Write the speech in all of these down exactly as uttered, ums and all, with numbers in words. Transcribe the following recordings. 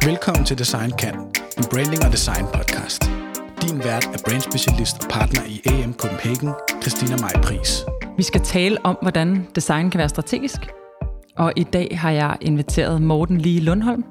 Velkommen til Design Kan, en branding og design podcast. Din vært er brandspecialist og partner i A M Copenhagen, Christina Maj Pris. Vi skal tale om, hvordan design kan være strategisk. Og i dag har jeg inviteret Morten Lie Lundholm.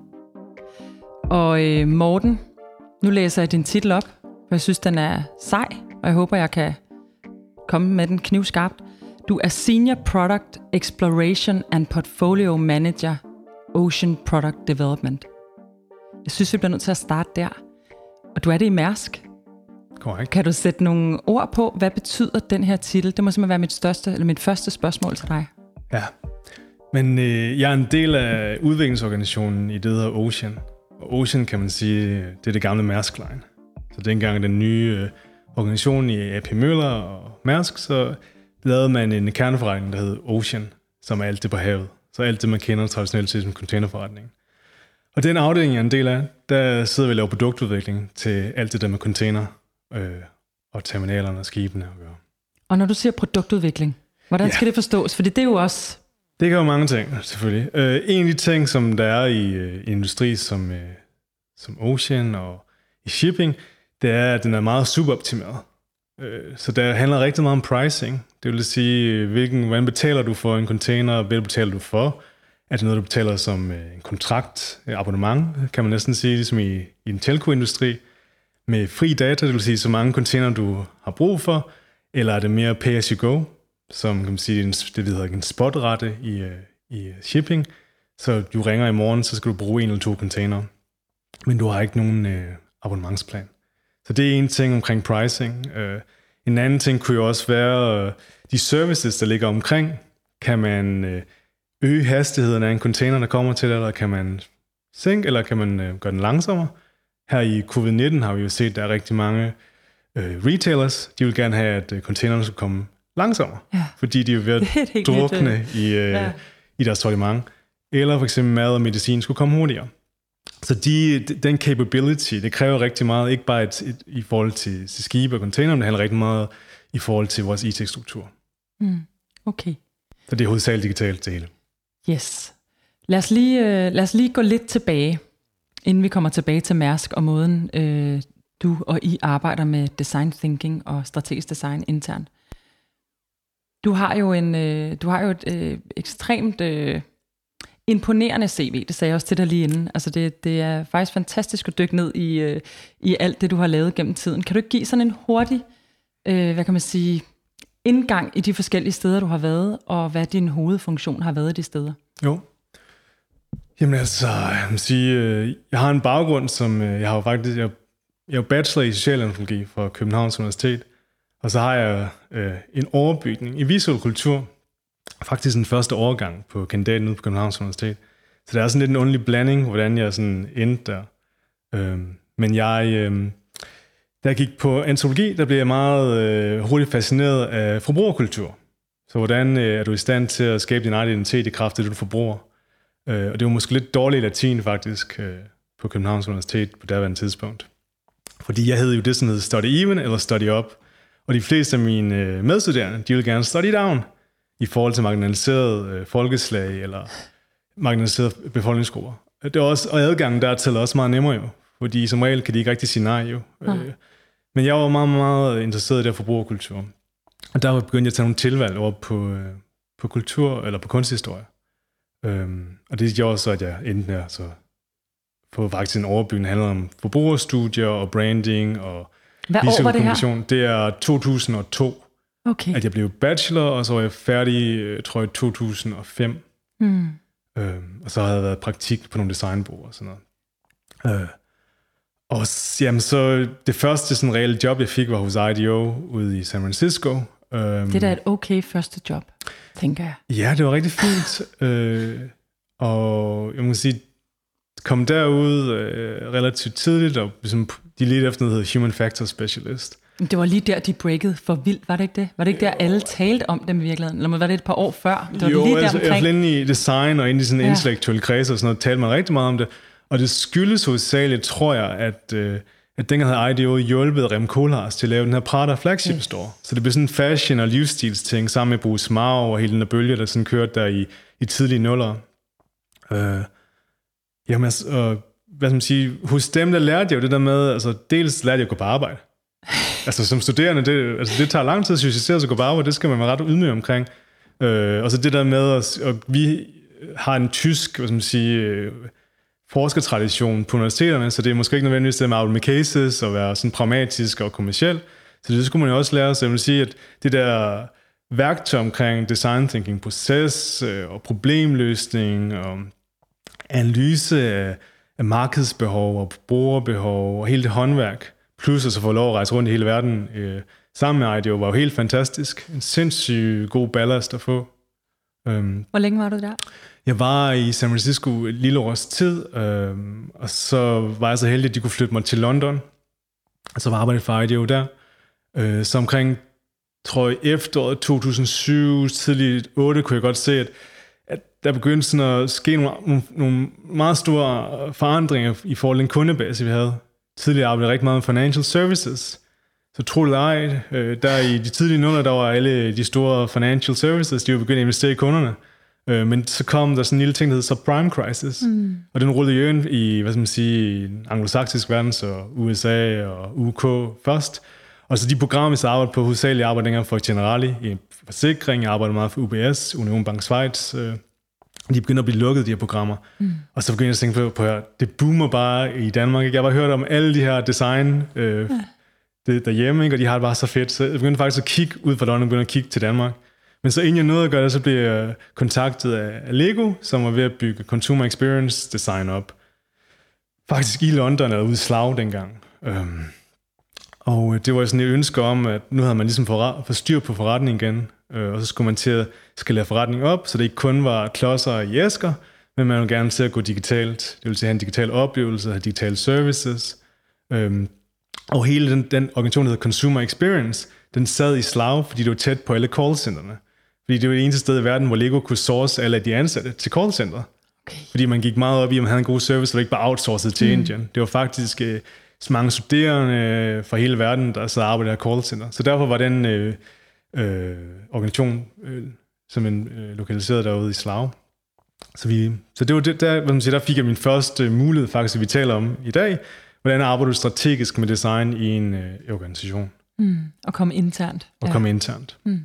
Og øh, Morten, nu læser jeg din titel op, for jeg synes, den er sej, og jeg håber, jeg kan komme med den knivskarpt. Du er Senior Product Exploration and Portfolio Manager, Ocean Product Development. Jeg synes, vi bliver nødt til at starte der. Og du er det i Mærsk. Korrekt. Kan du sætte nogle ord på, hvad betyder den her titel? Det må simpelthen være mit største, eller mit første spørgsmål til dig. Ja, men øh, jeg er en del af udviklingsorganisationen i det, der hedder Ocean. Og Ocean, kan man sige, det er det gamle Mærsk Line. Så dengang den nye øh, organisation i A P Møller og Mærsk, så lavede man en kerneforretning, der hed Ocean, som er alt det på havet. Så alt det, man kender traditionelt til som containerforretning. Og den afdeling, jeg er en del af, der sidder vi og laver produktudvikling til alt det der med container øh, og terminalerne og skibene at gøre. Og når du siger produktudvikling, hvordan skal ja. det forstås? Fordi det er jo også... Det kan jo mange ting, selvfølgelig. Øh, en af de ting, som der er i øh, industri som, øh, som Ocean og i shipping, det er, at den er meget suboptimeret. Øh, så der handler rigtig meget om pricing. Det vil sige, hvilken, hvordan betaler du for en container, og hvad betaler du for? Er det noget, du betaler som en kontrakt, abonnement, kan man næsten sige, ligesom i, i en telco-industri, med fri data, det vil sige så mange container, du har brug for, eller er det mere pay as you go, som kan man sige, det hedder en spotrette i, i shipping, så du ringer i morgen, så skal du bruge en eller to container, men du har ikke nogen øh, abonnementsplan. Så det er en ting omkring pricing. Øh, en anden ting kunne jo også være, øh, de services, der ligger omkring, kan man... Øh, øge hastigheden af en container, der kommer til, eller kan man sænke, eller kan man øh, gøre den langsommere. Her i covid nitten har vi jo set, at der er rigtig mange øh, retailers, de vil gerne have, at øh, containerne skal komme langsommere, ja. Fordi de er ved at drukne i, øh, ja. i deres sortiment. Eller for eksempel mad og medicin skulle komme hurtigere. Så de, den capability, det kræver rigtig meget, ikke bare et, et, i forhold til, til skibe og container, men det handler rigtig meget i forhold til vores I T-struktur. Mm. Okay. Så det er hovedsageligt digitalt det hele. Yes. Lad os lige, øh, lad os lige gå lidt tilbage, inden vi kommer tilbage til Mærsk og måden, øh, du og I arbejder med design thinking og strategisk design internt. Du har jo, en, øh, du har jo et øh, ekstremt øh, imponerende C V, det sagde jeg også til dig lige inden. Altså det, det er faktisk fantastisk at dykke ned i, øh, i alt det, du har lavet gennem tiden. Kan du ikke give sådan en hurtig, øh, hvad kan man sige... indgang i de forskellige steder, du har været, og hvad din hovedfunktion har været i de steder? Jo. Jamen altså, jeg må sige, jeg har en baggrund, som jeg har jo faktisk, jeg, jeg er bachelor i socialantropologi fra Københavns Universitet, og så har jeg øh, en overbygning i visuel kultur, faktisk den første årgang på kandidaten ude på Københavns Universitet. Så der er sådan lidt en underlig blanding, hvordan jeg sådan endte der. Øh, men jeg... Øh, Da jeg gik på antropologi, der blev jeg meget øh, hurtigt fascineret af forbrugerkultur. Så hvordan øh, er du i stand til at skabe din egen identitet i kraft af det, du forbruger? Øh, og det var måske lidt dårligt latin faktisk øh, på Københavns Universitet på daværende tidspunkt. Fordi jeg hed jo det, som hed study even eller study up. Og de fleste af mine øh, medstuderende, de ville gerne study down i forhold til marginaliserede øh, folkeslag eller marginaliserede befolkningsgrupper. Det er også, og adgangen dertil er også meget nemmere jo. Fordi som regel kan de ikke rigtig sige nej jo. Ja. Men jeg var meget, meget interesseret i det her forbrugerkultur. Og der begyndte jeg at tage nogle tilvalg over på, på kultur, eller på kunsthistorie. Øhm, og det gjorde så, at jeg endte der så på faktisk en overbygning, der handler om forbrugerstudier og branding og visuel kommunikation. Det, det er to tusind og to, okay. At jeg blev bachelor, og så var jeg færdig, tror jeg, to tusind og fem. Mm. Øhm, og så havde jeg været praktik på nogle designbureauer og sådan noget. Øh, Og jamen, så det første sådan reelle job, jeg fik, var hos I D O ude i San Francisco. Um, det er da et okay første job, tænker jeg. Ja, det var rigtig fint. uh, og jeg må sige, kom derud uh, relativt tidligt, og ligesom, de lidt efter noget hedder Human Factor Specialist. Det var lige der, de breakede for vildt, var det ikke det? Var det ikke der, alle talte om dem i virkeligheden? Eller var det et par år før? Det var jo, lige altså, der omkring... jeg var inde i design og inde i sådan en ja. intellektuel kreds og sådan noget, talte man rigtig meget om det. Og det skyldes hovedsageligt, tror jeg, at, øh, at dengang havde I D O hjulpet Rem Koolhaas til at lave den her Prada flagship store. Yes. Så det blev sådan en fashion- og livsstilsting sammen med Bruce Mau og hele den der bølge, der sådan kørte der i, i tidlige nuller. Øh, jamen, altså, øh, hvad skal man sige, hos dem, der lærte jeg jo det der med, altså dels lærte jeg at gå på arbejde. Altså som studerende, det, altså, det tager lang tid at socialisere sig at gå på arbejde, det skal man være ret ydmyg omkring. Øh, og så det der med, at, at vi har en tysk, hvad skal man sige, forskertradition på universiteterne, så det er måske ikke nødvendigvis det med at med cases og være sådan pragmatisk og kommerciel. Så det skulle man jo også lære, så jeg vil sige, at det der værktøj omkring design thinking, proces og problemløsning og analyse af, af markedsbehov og brugerbehov og hele det håndværk, plus at så få lov at rejse rundt i hele verden øh, sammen med IDEO, var jo helt fantastisk. En sindssygt god ballast at få. Um, Hvor længe var du der? Jeg var i San Francisco et lille års tid, øh, og så var jeg så heldig, at de kunne flytte mig til London, og så var jeg arbejdet for IDEO der. Øh, så omkring, tror jeg, efteråret to tusind og syv, tidligt otte, kunne jeg godt se, at, at der begyndte sådan at ske nogle, nogle, nogle meget store forandringer i forhold til den kundebase, vi havde. Tidligere arbejdede rigtig meget med financial services, så tro det ej, øh, der i de tidlige nuller, der var alle de store financial services, de var begyndt at investere i kunderne. Øh, men så kom der sådan en lille ting, der hedder subprime crisis, mm. og den rullede jo ind i, hvad skal man sige, anglosaksisk verden, så U S A og U K først. Og så de programmer, vi så arbejdede på, hovedsageligt arbejdede for Generali i forsikring, jeg arbejdede meget for U B S, Union Bank Schweiz. Øh, de begyndte at blive lukket, de her programmer. Mm. Og så begyndte jeg at tænke på, på her, det boomer bare i Danmark. Ikke? Jeg har bare hørt om alle de her design øh, ja. det, derhjemme, ikke? Og de har det bare så fedt. Så jeg begyndte faktisk at kigge ud fra London, begyndte at kigge til Danmark. Men så inden jeg nåede at gøre det, så blev jeg kontaktet af Lego, som var ved at bygge Consumer Experience Design op. Faktisk i London, eller ude i Slag dengang. Um, og det var sådan et ønske om, at nu havde man ligesom fået styr på forretningen igen, uh, og så skulle man til at skalere forretningen op, så det ikke kun var klodser i æsker, men man ville gerne til at gå digitalt. Det vil sige have en digital oplevelse, have digitale services. Um, og hele den, den organisation, der hedder Consumer Experience, den sad i Slag, fordi det var tæt på alle callcentrene. Fordi det var det eneste sted i verden, hvor Lego kunne source alle de ansatte til callcenter. Okay. Fordi man gik meget op i, at man havde en god service, og ikke bare outsourcet til mm. Indien. Det var faktisk øh, så mange studerende øh, fra hele verden, der så arbejdede i callcenter. Så derfor var den øh, øh, organisation øh, simpelthen øh, lokaliseret derude i Slag. Så, vi, så det var det, der, hvad man siger, der fik jeg min første mulighed, faktisk, vi taler om i dag. Hvordan arbejder du strategisk med design i en øh, organisation? Mm. Og komme internt. Og ja. komme internt. Mm.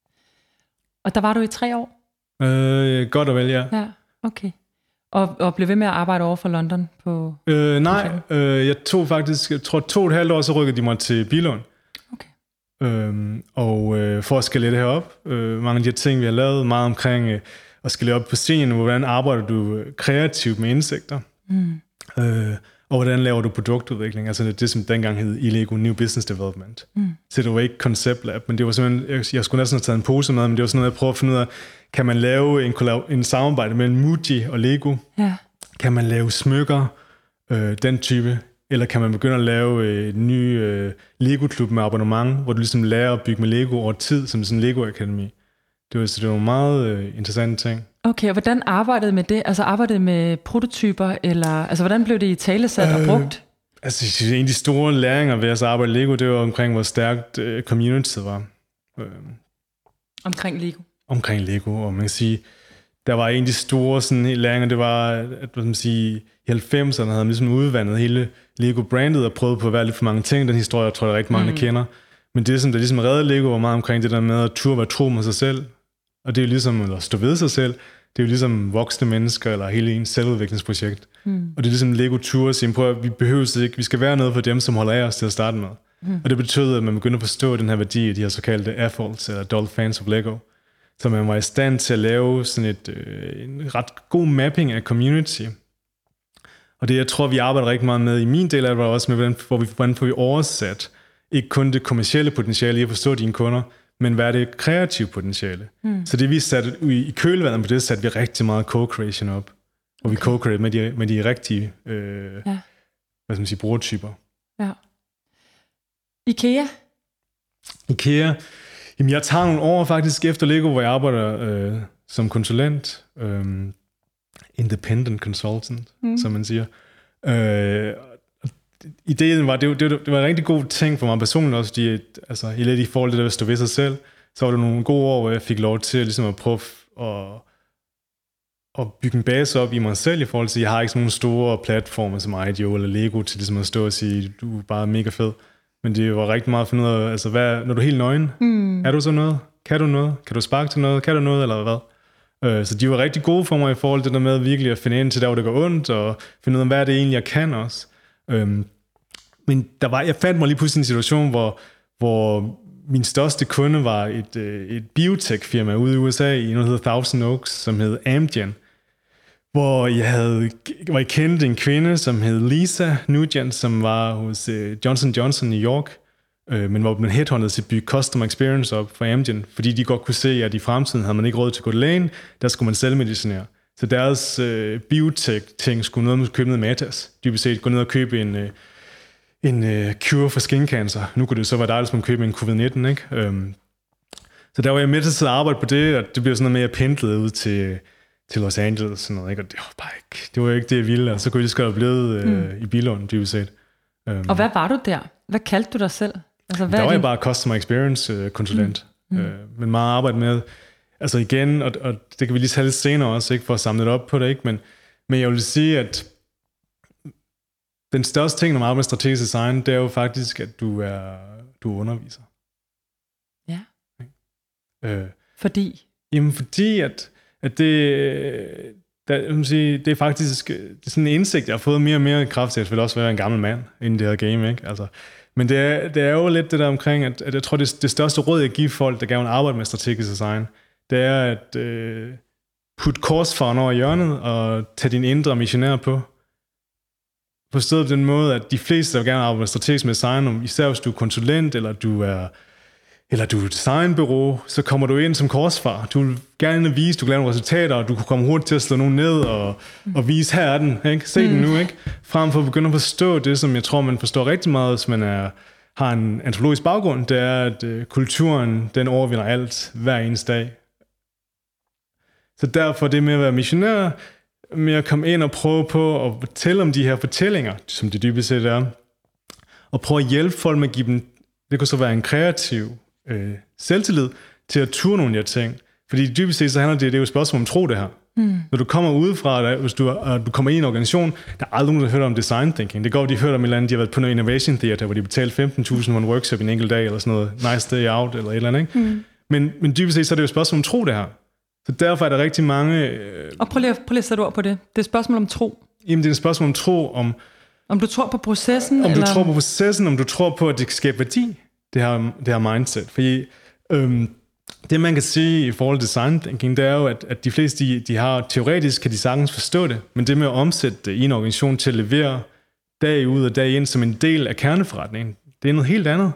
Og der var du i tre år? Øh, godt og vel, ja. Ja, okay. Og, og blev ved med at arbejde over for London på... Øh, nej, øh, jeg tog faktisk, jeg tror to og et halvt år, så rykkede de mig til Billund. Okay. Øhm, og øh, for at skalere det her op, øh, mange af de her ting, vi har lavet, meget omkring øh, at skalere op på scenen, hvordan arbejder du kreativt med indsigter? Mm. Øh, og hvordan laver du produktudvikling? Altså det, som dengang hed i Lego New Business Development. Mm. Så det var ikke Concept Lab, men det var simpelthen, jeg, jeg skulle næsten have taget en pose med, men det var sådan noget, jeg prøvede at finde ud af, kan man lave en, en samarbejde mellem Muji og Lego? Ja. Kan man lave smykker, øh, den type? Eller kan man begynde at lave øh, en ny øh, Lego-klub med abonnement, hvor du ligesom lærer at bygge med Lego over tid, som sådan en Lego-akademi? Det var, så det var meget øh, interessante ting. Okay, og hvordan arbejdede med det? Altså arbejdede med prototyper, eller altså hvordan blev det i talesat og brugt? Øh, altså en af de store læringer ved at arbejde Lego, det var omkring, hvor stærkt øh, community var. Øh, omkring Lego? Omkring Lego, og man kan sige, der var en af de store sådan, læringer, det var, at hvad man sige, i halvfemserne havde man ligesom udvandet hele Lego-brandet og prøvet på at være lidt for mange ting. Den historie, jeg tror, der er rigtig mange, mm. der kender. Men det, som der ligesom reddede Lego, var meget omkring det der med at turde være tro med sig selv. Og det er jo ligesom, eller stå ved sig selv, det er jo ligesom voksne mennesker, eller hele ens selvudviklingsprojekt. Mm. Og det er ligesom Lego turde sige, prøv at vi behøver ikke, vi skal være noget for dem, som holder af os til at starte med. Mm. Og det betød, at man begyndte at forstå den her værdi af de her såkaldte A F O Ls, eller Adult Fans of Lego. Så man var i stand til at lave sådan et, øh, en ret god mapping af community. Og det, jeg tror, vi arbejder rigtig meget med i min del af det, var også med, hvordan, hvor vi, hvordan får vi oversat ikke kun det kommercielle potentiale i at forstå dine kunder, men hvad er det kreative potentiale. Mm. Så det vi satte i kølvandet på det, satte vi rigtig meget co-creation op, hvor okay. vi co-create med de, med de rigtige øh, ja. hvad skal man sige, brugertyper. Ja. IKEA? IKEA? Jamen, jeg tager nogle år faktisk efter Lego, hvor jeg arbejder øh, som konsulent, øh, independent consultant, mm. som man siger. Øh, ideen var, det, det, det var en rigtig god ting for mig personligt også, fordi altså, i lidt i forhold til det at stå ved sig selv, så var der nogle gode år, hvor jeg fik lov til ligesom at prøve at, at bygge en base op i mig selv i forhold til, at jeg har ikke sådan nogle store platforme som I D E O eller Lego til ligesom at stå og sige, du er bare mega fed. Men det var rigtig meget at finde ud af, altså hvad, når du er helt nøgen, mm. er du så noget? Kan du noget? Kan du sparke til noget? Kan du noget, eller hvad? Uh, så de var rigtig gode for mig i forhold til det der med virkelig at finde ind til der, hvor det går ondt, og finde ud af, hvad er det egentlig, jeg kan også. Um, men der var, jeg fandt mig lige pludselig en situation, hvor, hvor min største kunde var et, et biotech-firma ude i U S A, i noget, der hedder Thousand Oaks, som hed Amgen, hvor jeg havde, hvor jeg kendte en kvinde, som hed Lisa Nugent, som var hos Johnson Johnson i New York, øh, men var blevet headhunted til at bygge customer experience op for Amgen, fordi de godt kunne se, at i fremtiden havde man ikke råd til at gå til lægen, der skulle man selvmedicinere. Så deres øh, biotech-ting skulle noget med at købe noget Matas. Dybest set gå ned og købe en, øh, en øh, cure for skin cancer. Nu kunne det så være dejligt, at man købe en covid nitten, ikke? Øhm, så der var jeg med til at arbejde på det, og det blev sådan noget med, at jeg pendlede ud til til Los Angeles og sådan noget, ikke? Og det var bare ikke, det var ikke det, jeg ville, og så kunne jeg lige så godt have blevet øh, mm. i Billund, dybest set. Um, og hvad var du der? Hvad kaldte du dig selv? Altså, hvad der var din... jeg bare customer experience øh, konsulent, mm. Mm. Øh, men meget arbejde med, altså igen, og, og det kan vi lige tage lidt senere også, ikke, for at samle det op på det, ikke? Men, men jeg vil sige, at den største ting, når man arbejder med strategisk design, det er jo faktisk, at du er, du er underviser. Ja. Øh, fordi? Jamen fordi, at at det, der, man sige, det er faktisk det er sådan en indsigt, jeg har fået mere og mere kraft til. Jeg vil også være en gammel mand inden det her game, ikke? Altså, men det er, det er jo lidt det der omkring, at, at jeg tror, det, det største råd, jeg giver folk, der gerne vil arbejde med strategisk design, det er at øh, putte korsfaren over hjørnet og tage din indre missionær på. Forstået på den måde, at de fleste, der gerne vil arbejde med strategisk design, især hvis du er konsulent, eller du er eller du er et designbureau, så kommer du ind som korsfar. Du vil gerne vise, du vil lave nogle resultater, og du kan komme hurtigt til at slå nogen ned og, og vise, her er den, ikke? Se mm. den nu, ikke? Frem for at begynde at forstå det, som jeg tror, man forstår rigtig meget, hvis man er, har en antropologisk baggrund, det er, at øh, kulturen, den overvinder alt hver eneste dag. Så derfor det med at være missionær, med at komme ind og prøve på at fortælle om de her fortællinger, som det dybest set er, og prøve at hjælpe folk med at give dem, det kunne så være en kreativ Øh, selvtillid til at ture nogle af de her ting. Fordi dybest set så handler det, det er jo et spørgsmål om tro, det her. Mm. Når du kommer udefra, der, hvis du, uh, du kommer i en organisation, der er aldrig nogen, der har hørt om design thinking. Det går, de har hørt om et eller andet, de har været på noget innovation theater, hvor de betalte femten tusind for en workshop i en enkelt dag, eller sådan noget, nice day out, eller et eller andet, ikke? Mm. Men, men dybest set så er det jo et spørgsmål om tro, det her. Så derfor er der rigtig mange... Øh, Og prøv lige, prøv lige at sætte ord på det. Det er et spørgsmål om tro. Jamen, det er et spørgsmål om tro, om... Om du tror på processen, Om eller? du tror på processen, om du tror på, at det kan skabe værdi. Det her, det her mindset. Fordi øhm, det, man kan sige i forhold til design thinking, det er jo, at, at de fleste, de, de har teoretisk, kan de sagtens forstå det, men det med at omsætte det i en organisation til at levere dag ud og dag ind som en del af kerneforretningen, det er noget helt andet.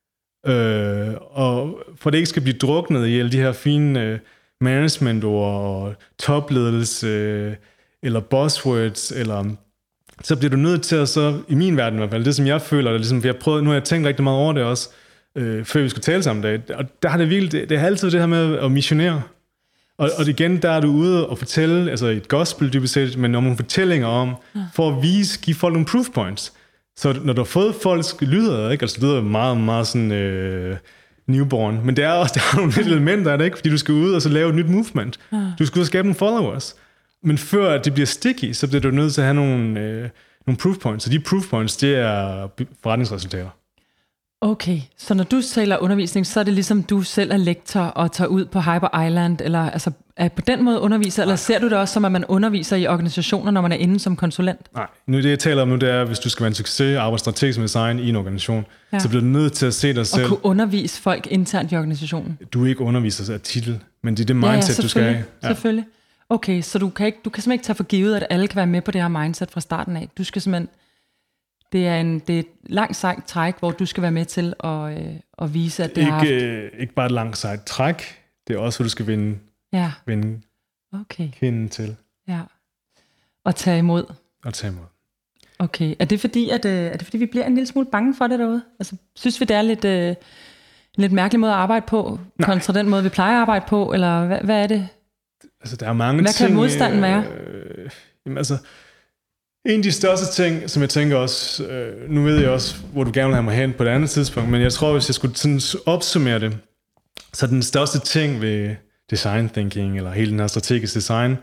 Øh, og for det ikke skal blive druknet i alle de her fine øh, managementord og topledelse øh, eller buzzwords, eller så bliver du nødt til at så, i min verden i hvert fald, det som jeg føler, det ligesom, vi har prøvet, nu har jeg tænkt rigtig meget over det også, øh, før vi skulle tale sammen i dag, og der har det virkelig, det, det er altid det her med at missionere. Og, og igen, der er du ude og fortælle, altså et gospel dybest set, men om nogle fortællinger om, for at vise, give folk nogle proof points. Så når du har fået folks lyder, ikke? Altså det lyder meget, meget sådan øh, newborn, men det er også, der er nogle lidt elementer af det, ikke? Fordi du skal ud og så lave et nyt movement. Du skal ud og skabe nogle followers. Men før det bliver sticky, så bliver du nødt til at have nogle, øh, nogle proof points. Så de proof points, det er forretningsresultater. Okay, så når du taler undervisning, så er det ligesom du selv er lektor og tager ud på Hyper Island, eller altså er på den måde underviser, eller ser du det også som, at man underviser i organisationer, når man er inde som konsulent? Nej, nu det jeg taler om nu, det er, hvis du skal være en succes og arbejde strategisk med design i en organisation, ja. Så bliver du nødt til at se dig selv. Og kunne undervise folk internt i organisationen. Du er ikke underviser af titel, men det er det mindset, ja, ja, du skal have. Ja, selvfølgelig. Okay, så du kan, ikke, du kan simpelthen ikke tage for givet, at alle kan være med på det her mindset fra starten af. Du skal simpelthen, det er, en, det er et langt sejt træk, hvor du skal være med til at, øh, at vise, at det ikke, har haft... øh, ikke bare et langt sejt træk, det er også, hvor du skal vinde, ja. vinde okay. kinden til. Ja, og tage imod. Og tage imod. Okay, er det fordi, at, øh, er det fordi, vi bliver en lille smule bange for det derude? Altså, synes vi, det er lidt, øh, en lidt mærkelig måde at arbejde på, Nej. kontra den måde, vi plejer at arbejde på, eller hvad, hvad er det? Altså, der er mange Hvad ting... kan modstanden være? Øh, jamen, altså, en af de største ting, som jeg tænker også... Øh, nu ved jeg også, hvor du gerne vil have mig hen på et andet tidspunkt, men jeg tror, hvis jeg skulle sådan opsummere det, så den største ting ved design thinking, eller hele den her strategiske design,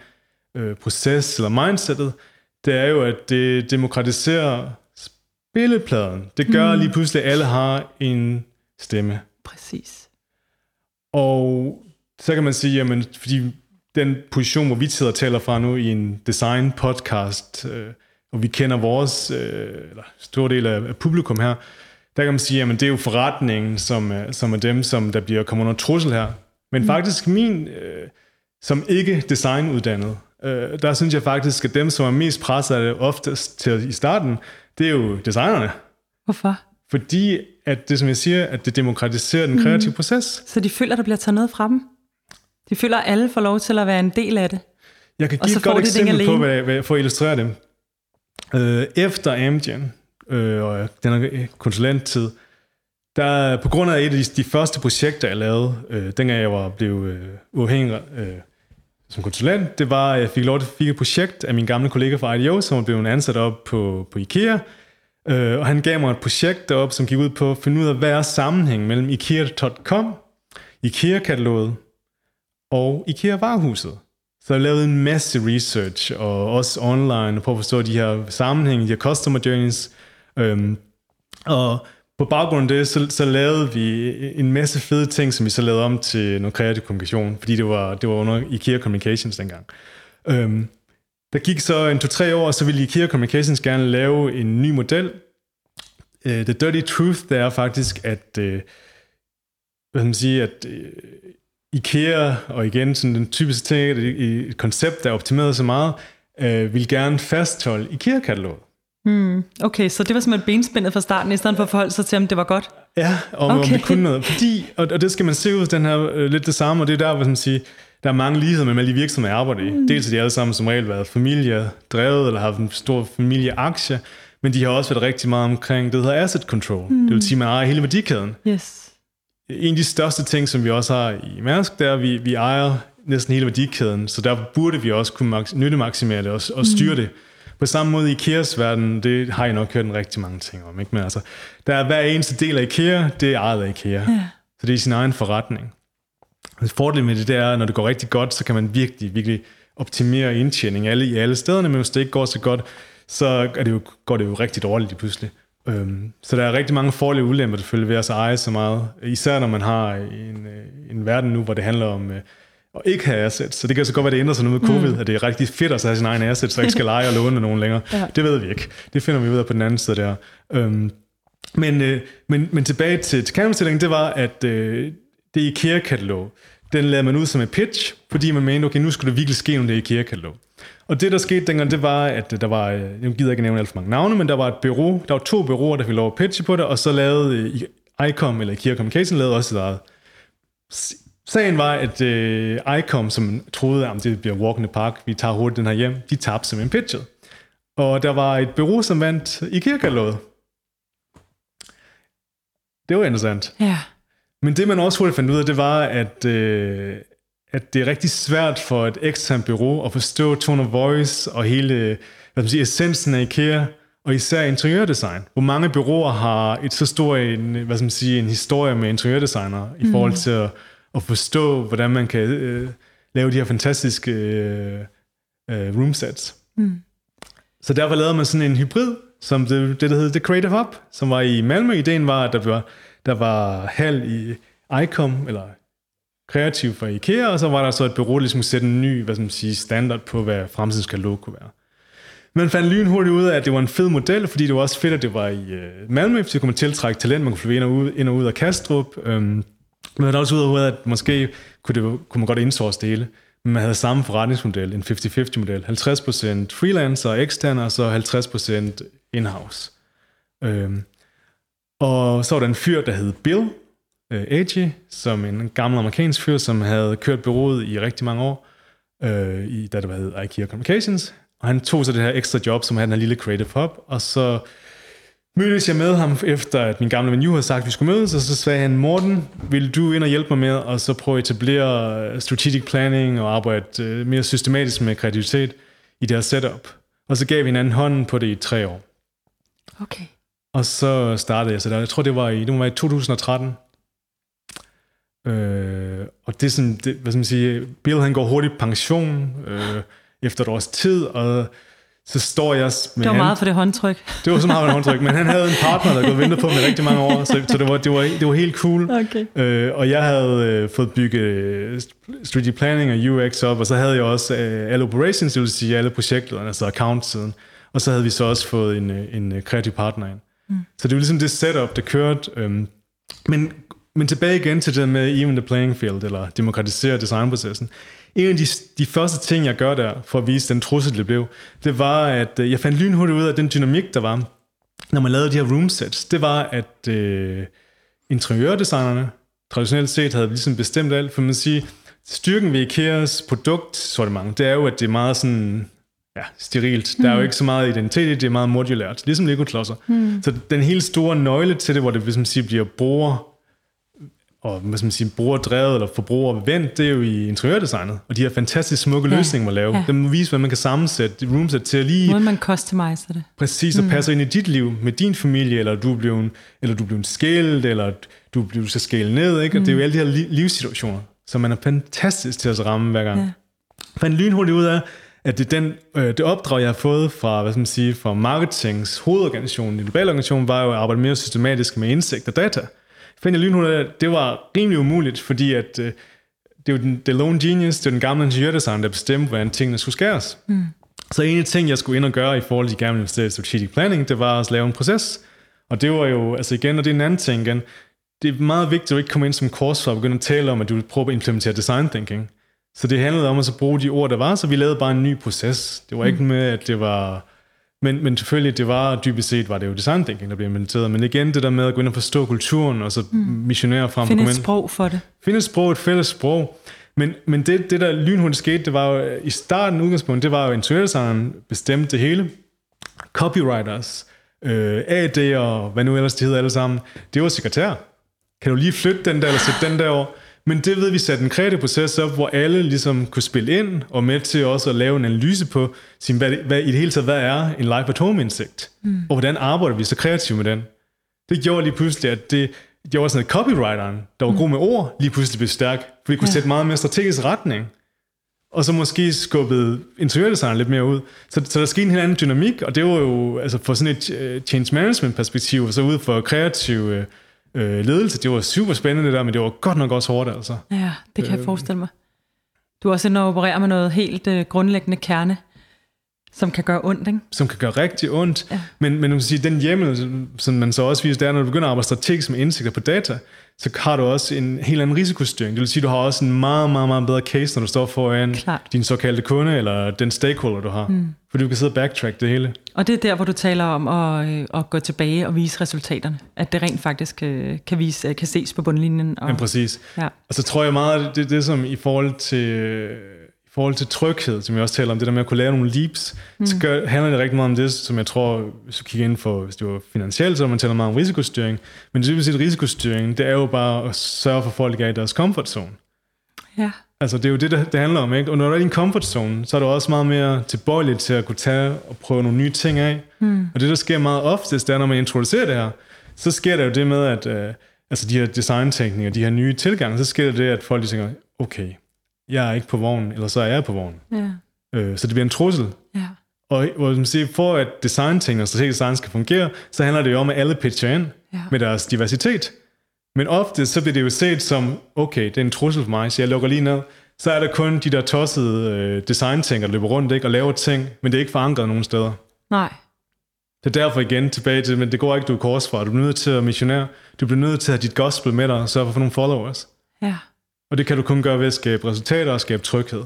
øh, proces eller mindsetet, det er jo, at det demokratiserer spillepladen. Det gør mm. lige pludselig, at alle har en stemme. Præcis. Og så kan man sige, jamen, fordi den position, hvor vi sidder og taler fra nu i en design-podcast, øh, og vi kender vores, øh, eller stor del af, af publikum her, der kan man sige, jamen det er jo forretningen, som, som er dem, som der bliver kommet under trussel her. Men mm. faktisk min, øh, som ikke designuddannet, øh, der synes jeg faktisk, at dem, som er mest presset af det oftest til i starten, det er jo designerne. Hvorfor? Fordi, at det som jeg siger, at det demokratiserer den kreative mm. proces. Så de føler, der bliver taget noget fra dem? De føler, at alle får lov til at være en del af det? Jeg kan give et godt eksempel på, hvad jeg, for at illustrere det. Øh, efter Amgen, øh, og den her konsulenttid, der på grund af et af de, de første projekter, jeg lavede, øh, dengang jeg var blevet øh, uafhængig øh, som konsulent, det var, at jeg fik lov til at fik et projekt af min gamle kollega fra I D O, som var blevet ansat op på, på IKEA, øh, og han gav mig et projekt deroppe, som gik ud på at finde ud af, hvad er sammenhængen mellem IKEA punktum com, IKEA-kataloget og IKEA-varehuset. Så jeg lavede en masse research, og også online, på at forstå de her sammenhænge, de her customer journeys. Øhm, og på baggrund af det, så, så lavede vi en masse fede ting, som vi så lavede om til noget kreativ kommunikation, fordi det var, det var under IKEA Communications dengang. Øhm, der gik så en to-tre år, og så ville IKEA Communications gerne lave en ny model. Uh, the dirty truth, det er faktisk, at, uh, hvad skal man sige, at uh, IKEA, og igen sådan den typiske ting, at et koncept, der er optimeret så meget, øh, vil gerne fastholde IKEA-kataloget. Hmm. Okay, så det var simpelthen benspændet fra starten, i stedet for at forholde sig til, om det var godt? Ja, om, okay. om det kunne noget. Fordi, og, og det skal man se ud, den her øh, lidt det samme, og det er der, hvor man siger, der er mange ligheder med alle de virksomheder, jeg arbejder i. Mm. Dels har de alle sammen som regel været familiedrevet, eller har en stor familieaktie, men de har også været rigtig meget omkring det, der hedder asset control. Mm. Det vil sige, at man ejer hele værdikæden. Yes. En af de største ting, som vi også har i Mærsk, det er, at vi, vi ejer næsten hele værdikæden, så der burde vi også kunne nyttemaksimere det og, og styre det. På samme måde i IKEAs verden, det har jeg nok hørt en rigtig mange ting om, ikke? Men altså, der er hver eneste del af IKEA, det er ejet af IKEA. Ja. Så det er sin egen forretning. Fordelen med det, det er, når det går rigtig godt, så kan man virkelig, virkelig optimere indtjening alle, i alle stederne, men hvis det ikke går så godt, så er det jo, går det jo rigtig dårligt lige pludselig. Um, så der er rigtig mange fordele og ulemper, der følger ved at eje så meget. Især når man har en, en verden nu, hvor det handler om uh, at ikke have assets. Så det kan så godt være, det ændrer sig nu med covid, mm. at det er rigtig fedt at have sin egen assets, så ikke skal lege og låne nogen længere. Ja. Det ved vi ikke. Det finder vi ud af på den anden side der. Um, men, uh, men, men tilbage til, til kamerastillingen, det var, at uh, det IKEA-katalog, den lavede man ud som en pitch, fordi man mente, okay, nu skulle der virkelig ske noget det IKEA-katalog. Og det, der skete dengang, det var, at der var, jeg gider ikke nævne alt for mange navne, men der var et bureau, der var to bureauer, der fik lov at pitche på det, og så lavede ICOM, eller IKEA Communication, lavede også sit eget. Sagen var, at uh, ICOM, som troede, at det bliver walk in the park, vi tager hurtigt den her hjem, de tabte simpelthen pitchet. Og der var et bureau, som vandt IKEA-kataloget. Det var interessant. Ja. Men det, man også hurtigt fandt ud af, det var, at... Uh, at det er rigtig svært for et eksternt bureau at forstå tone of voice og hele, hvad skal man sige, essensen af IKEA, og især interiørdesign. Hvor mange bureauer har et så stor en, hvad skal man sige, en historie med interiørdesignere i forhold til at, at forstå, hvordan man kan øh, lave de her fantastiske øh, øh, roomsets. Mm. Så derfor lavede man sådan en hybrid, som det, det der hed The Creative Hub, som var i Malmø. Ideen var, at der var, der var halv i ICOM, eller kreativ for IKEA, og så var der så et bureau, der ligesom sætte en ny, hvad skal man sige, standard på, hvad fremtidens katalog kunne være. Man fandt lynhurtigt ud af, at det var en fed model, fordi det var også fedt, at det var i uh, Malmø, så kunne man tiltrække talent, man kunne flyve ind og ud, ind og ud af Kastrup. Um, man havde også ud af, at måske kunne, det, kunne man godt indsource det hele, men man havde samme forretningsmodel, en halvtreds halvtreds model. halvtreds procent freelancer og eksterne, og så halvtreds procent in-house. Um, og så var der en fyr, der hed Bill, A G, som en gammel amerikansk fyr, som havde kørt bureauet i rigtig mange år, øh, i, da det var IKEA Communications, og han tog så det her ekstra job, som havde den her lille Creative Hub, og så mødtes jeg med ham, efter at min gamle ven Juh havde sagt, at vi skulle mødes, og så sagde han, Morten, vil du ind og hjælpe mig med, og så prøve at etablere strategic planning, og arbejde mere systematisk med kreativitet i det her setup. Og så gav vi hinanden hånden på det i tre år. Okay. Og så startede jeg så der, jeg tror det var i, det var i to tusind og tretten, Øh, og det er sådan, det, hvad skal man sige, Bill han går hurtigt pension, øh, efter et års tid, og så står jeg med Det var han, meget for det håndtryk. Det var så meget for det håndtryk, men han havde en partner, der havde gået ventet på med rigtig mange år, så, så det, var, det, var, det var helt cool. Okay. Øh, og jeg havde øh, fået bygget strategic planning og U X op, og så havde jeg også øh, alle operations, det vil sige alle projektlederne, altså account-siden. Og så havde vi så også fået en, en kreativ partner ind. Mm. Så det var ligesom det setup, der kørte. Øhm, men, men tilbage igen til det med even the playing field, eller demokratisere designprocessen. En af de, de første ting, jeg gør der, for at vise den trussel, det blev, det var, at jeg fandt lynhurtigt ud af den dynamik, der var, når man lavede de her room sets. Det var, at øh, interiørdesignerne traditionelt set havde ligesom bestemt alt, for man siger, styrken ved IKEAs produktsortiment, det er jo, at det er meget sådan, ja, sterilt. Der er jo ikke så meget identitet, det er meget modulært, ligesom Lego-klodser. Mm. Så den helt store nøgle til det, hvor det ligesom siger, bliver bruger, og hvad skal man sige, brugerdrevet eller forbrugervendt, det er jo i interiørdesignet. Og de her fantastisk smukke ja. løsninger, man laver, ja. dem må vise, hvad man kan sammensætte roomset til at lige... Måden man customiser det. Præcis, og mm. passer ind i dit liv, med din familie, eller du er blevet, eller du er blevet skældt, eller du, du skal skæle ned, ikke? Og mm. det er jo alle de her livssituationer, som man er fantastisk til at ramme hver gang. Ja. Jeg fandt lynhurtigt ud af, at det, den, øh, det opdrag, jeg har fået fra, hvad skal man sige, fra marketings hovedorganisationen, den globale organisation, var jo at arbejde mere systematisk med indsigt og data. Jeg fandt lynhurtigt, at det var rimelig umuligt, fordi at, øh, det er jo den, the lone genius, det er den gamle ingeniørdesign, der bestemte, hvordan tingene skulle skæres. Mm. Så en af de ting, jeg skulle ind og gøre i forhold til de gamle investerede strategic planning, det var at lave en proces. Og det var jo, altså igen, og det er en anden ting igen, det er meget vigtigt at ikke komme ind som course og begynde at tale om, at du vil prøve at implementere design thinking. Så det handlede om at bruge de ord, der var, så vi lavede bare en ny proces. Det var ikke med, at det var... Men, men selvfølgelig, det var dybest set, var det jo design thinking, der blev implementeret. Men igen, det der med at gå ind og forstå kulturen, og så mm. missionere frem. Finde et sprog for det. Finde et sprog, et fælles sprog. Men, men det, det der lynhurtigt skete, det var jo, i starten udgangspunkt, det var jo interiørdesigneren bestemte det hele. Copywriters, øh, A D'er, og hvad nu ellers de hedder alle sammen, det var sekretær. Kan du lige flytte den der, eller sætte den der over? Men det ved vi satte en kreativ proces op, hvor alle ligesom kunne spille ind, og med til også at lave en analyse på, sin, hvad, hvad, i det hele taget, hvad er en life at home indsigt? Mm. Og hvordan arbejder vi så kreativt med den? Det gjorde lige pludselig, at det gjorde sådan, at copywriteren, der var mm. god med ord, lige pludselig blev stærk, for vi kunne ja. sætte meget mere strategisk retning. Og så måske skubbede interiørdesigneren lidt mere ud. Så, så der skete en helt anden dynamik, og det var jo altså for sådan et uh, change management perspektiv, og så ud for kreativ uh, Øh, ledelse, det var super spændende det der, men det var godt nok også hårdt, altså. Ja, det kan øh, jeg forestille mig. Du er også inde og opererer med noget helt øh, grundlæggende kerne, som kan gøre ondt, ikke? Som kan gøre rigtig ondt, ja. men, men du kan sige, den hjemmel, som man så også viser, det er, når du begynder at arbejde strategisk med indsigter på data, så har du også en helt anden risikostyring. Det vil sige, du har også en meget, meget, meget bedre case, når du står foran Klart. din såkaldte kunde, eller den stakeholder, du har. Mm. Fordi du kan sidde og backtrack det hele. Og det er der, hvor du taler om at, at gå tilbage og vise resultaterne. At det rent faktisk kan, vise, kan ses på bundlinjen. Og, ja, præcis. Ja. Og så tror jeg meget, at det er det, som i forhold til... I forhold til tryghed, som jeg også taler om, det der med at kunne lave nogle leaps, mm. så gør, handler det rigtig meget om det, som jeg tror, hvis du kigger ind for, hvis det var finansielt, så man taler meget om risikostyring. Men det vil sige, at risikostyring, det er jo bare at sørge for, at folk er i deres comfort zone. Ja. Altså, det er jo det, det handler om, ikke? Og når du er i din comfort zone, så er du også meget mere tilbøjelig til at kunne tage og prøve nogle nye ting af. Mm. Og det, der sker meget ofte, det er, når man introducerer det her, så sker der jo det med, at øh, altså de her design-teknikker, de her nye tilgange, så sker der det, at folk tænker, okay, jeg er ikke på vognen, eller så er jeg på vognen. Ja. Øh, så det bliver en trussel. Ja. Og, og man siger, for at design-ting og strategisk design skal fungere, så handler det jo om, at alle pitcher ind ja. med deres diversitet. Men ofte så bliver det jo set som, okay, det er en trussel for mig, så jeg lukker lige ned. Så er der kun de der tossede øh, design-ting, der løber rundt ikke, og laver ting, men det er ikke forankret nogen steder. Nej. Det er derfor igen tilbage til, men det går ikke, du er korsfra. Du bliver nødt til at missionere. Du bliver nødt til at have dit gospel med dig, og sørge for nogle followers. Ja. Og det kan du kun gøre ved at skabe resultater og skabe tryghed.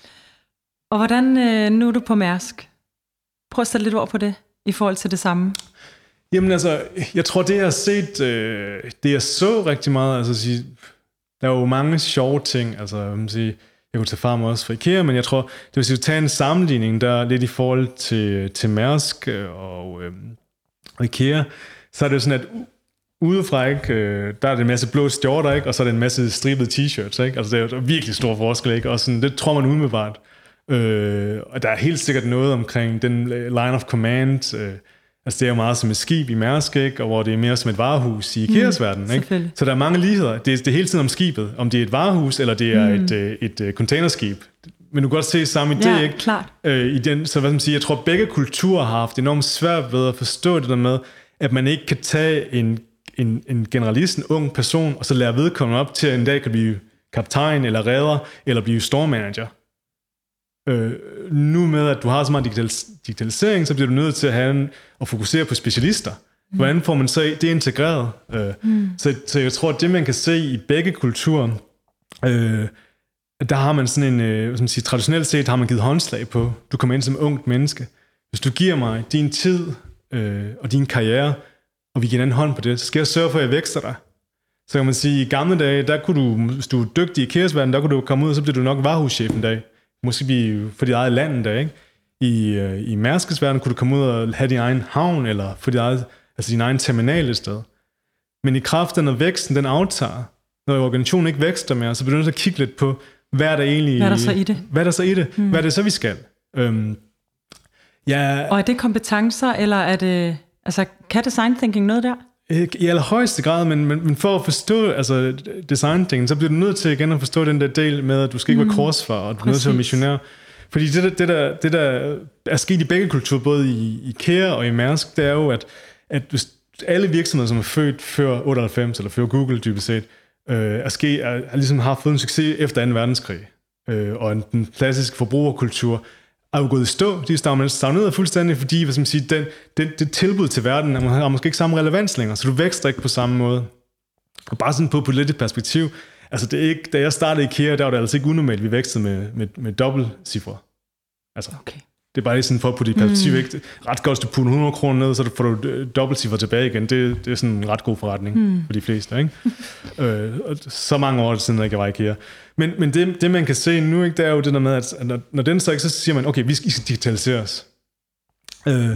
Og hvordan, øh, nu er du på Mærsk? Prøv at sætte lidt ord på det, i forhold til det samme. Jamen altså, jeg tror det jeg har set, øh, det jeg så rigtig meget, altså sige, der er jo mange sjove ting, altså jeg må sige, jeg kunne tage frem også fra IKEA, men jeg tror, det vil sige, tage en sammenligning, der er lidt i forhold til, til Mærsk og, øh, og IKEA, så er det jo sådan, at udefra, ikke, øh, der er det en masse blå skjorter, ikke, og så er det en masse stribede t-shirts, ikke, altså det er jo virkelig stor forskel, ikke, og sådan, det tror man umiddelbart. Øh, og der er helt sikkert noget omkring den line of command, øh, altså det er jo meget som et skib i Mærsk, ikke, og hvor det er mere som et varehus i IKEAs mm, verden, ikke? Så der er mange ligheder. Det er, det er hele tiden om skibet, om det er et varehus, eller det er mm. et, et, et containerskib. men du kan godt se samme idé, ja, ikke? Klart. Øh, i den, så hvad skal man sige, jeg tror, begge kulturer har haft enormt svært ved at forstå det der med, at man ikke kan tage en, en, en generalist, en ung person, og så lære vedkommende op til, at en dag kan blive kaptajn, eller redder, eller blive store manager. Øh, nu med, at du har så meget digitalis- digitalisering, så bliver du nødt til at have en, at fokusere på specialister. Mm. Hvordan får man så det integreret? Øh, mm. så, så jeg tror, at det, man kan se i begge kulturer, øh, der har man sådan en, øh, hvad skal man sige, traditionelt set har man givet håndslag på. Du kommer ind som ungt menneske. Hvis du giver mig din tid øh, og din karriere, og vi giver en hånd på det, så skal jeg sørge for, at jeg vækster dig. Så kan man sige, at i gamle dage, der kunne du, hvis du er dygtig i kæresverden, der kunne du komme ud, og så bliver du nok varehuschef en dag. Måske blive for dit eget land en dag, ikke? I, øh, i Mærskes verden kunne du komme ud og have din egen havn, eller for dit eget, altså din egen terminal et sted. Men i kraft af, når væksten den aftager, når organisationen ikke vækster mere, så bliver du nødt til at kigge lidt på, hvad er der egentlig... Hvad er der så i det? Hvad er der så i det? Hmm. Hvad er det så, vi skal? Øhm, ja, og er det kompetencer, eller er det... Altså, kan design thinking noget der? I allerhøjeste grad, men, men, men for at forstå altså, design thinking, så bliver du nødt til igen at forstå den der del med, at du skal ikke mm. være korsfarer, og du er nødt til at være missionær. Fordi det der, det, der, det, der er sket i begge kulturer, både i IKEA og i Mærsk, det er jo, at, at hvis alle virksomheder, som er født før otteoghalvfems, eller før Google dybest set, øh, er sket, er, er ligesom har fået en succes efter anden verdenskrig. Øh, og en, den klassiske forbrugerkultur er jo gået i stå. De er stagneret fuldstændig, fordi hvad skal man sige, den, det, det tilbud til verden er, har måske ikke samme relevans længere, så du vækster ikke på samme måde. Og bare sådan på politisk perspektiv, altså det er ikke, da jeg startede i IKEA, der var det altså ikke unormalt, vi vækstede med, med, med dobbeltcifre. Altså, okay. Det er bare lige sådan for at putte i perspektiv, mm. ikke? Ret godt, hvis du putter hundrede kroner ned, så får du dobbeltcifre tilbage igen. Det, det er sådan en ret god forretning mm. for de fleste, ikke? øh, så mange år siden, jeg var i IKEA. Men, men det, det, man kan se nu, ikke, det er jo det der med, at når, når den så ikke, så siger man, okay, vi skal, skal digitaliseres. Øh,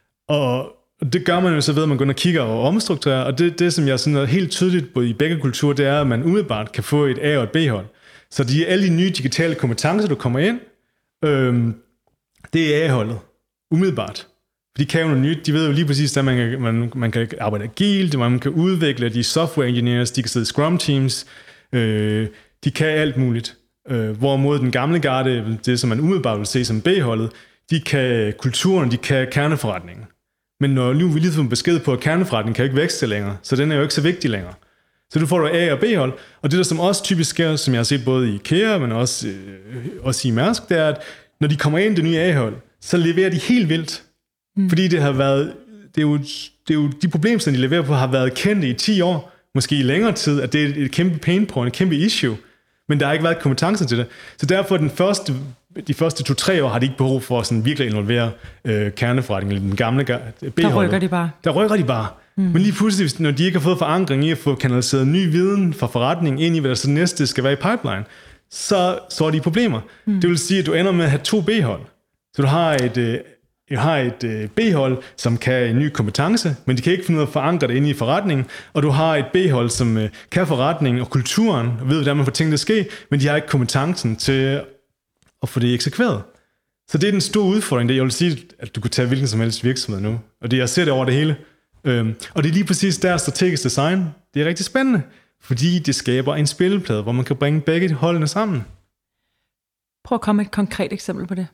og det gør man jo så ved, at man går ind og kigger og omstrukturerer, og det, det som jeg sådan er helt tydeligt både i begge kulturer, det er, at man umiddelbart kan få et A- og et B-hold. Så de alle de nye digitale kompetencer, du kommer ind, øh, det er A-holdet, umiddelbart. For de kan jo noget nyt, de ved jo lige præcis, at man kan, man, man kan arbejde agilt, man kan udvikle de software engineers, de kan sidde i scrum teams, øh, de kan alt muligt. Øh, hvorimod den gamle garde, det som man umiddelbart vil se som B-holdet, de kan kulturen, de kan kerneforretningen. Men når nu vi lige får besked på, at kerneforretningen kan ikke vækste længere, så den er jo ikke så vigtig længere. Så du får du A- og B-hold, og det der som også typisk sker, som jeg har set både i IKEA, men også, øh, også i Mærsk, det er, at når de kommer ind i det nye A-hold, så leverer de helt vildt. Mm. Fordi det har været, det er, jo, det er jo de problemer, som de leverer på, har været kendte i ti år, måske i længere tid, at det er et kæmpe pain point, et kæmpe issue, men der har ikke været kompetencer til det. Så derfor den første, de første to-tre år har de ikke behov for at sådan virkelig involvere øh, kerneforretningen, eller den gamle B-holdet. Der rykker de bare. Der rykker de bare. Mm. Men lige pludselig, når de ikke har fået forankring i at få kanaliseret ny viden fra forretningen ind i, hvad der så næste skal være i pipeline, så, så er de problemer. Mm. Det vil sige, at du ender med at have to B-hold. Så du har et, øh, du har et øh, B-hold, som kan en ny kompetence, men de kan ikke finde ud af at forankre det inde i forretningen, og du har et B-hold, som øh, kan forretningen og kulturen, og ved, hvordan man får tingene til at ske, men de har ikke kompetencen til at få det eksekveret. Så det er den store udfordring, det jeg vil sige, at du kan tage hvilken som helst virksomhed nu, og det jeg ser det over det hele. Øhm, og det er lige præcis der strategisk design, det er rigtig spændende, fordi det skaber en spilleplade, hvor man kan bringe begge holdene sammen. Prøv at komme med et konkret eksempel på det.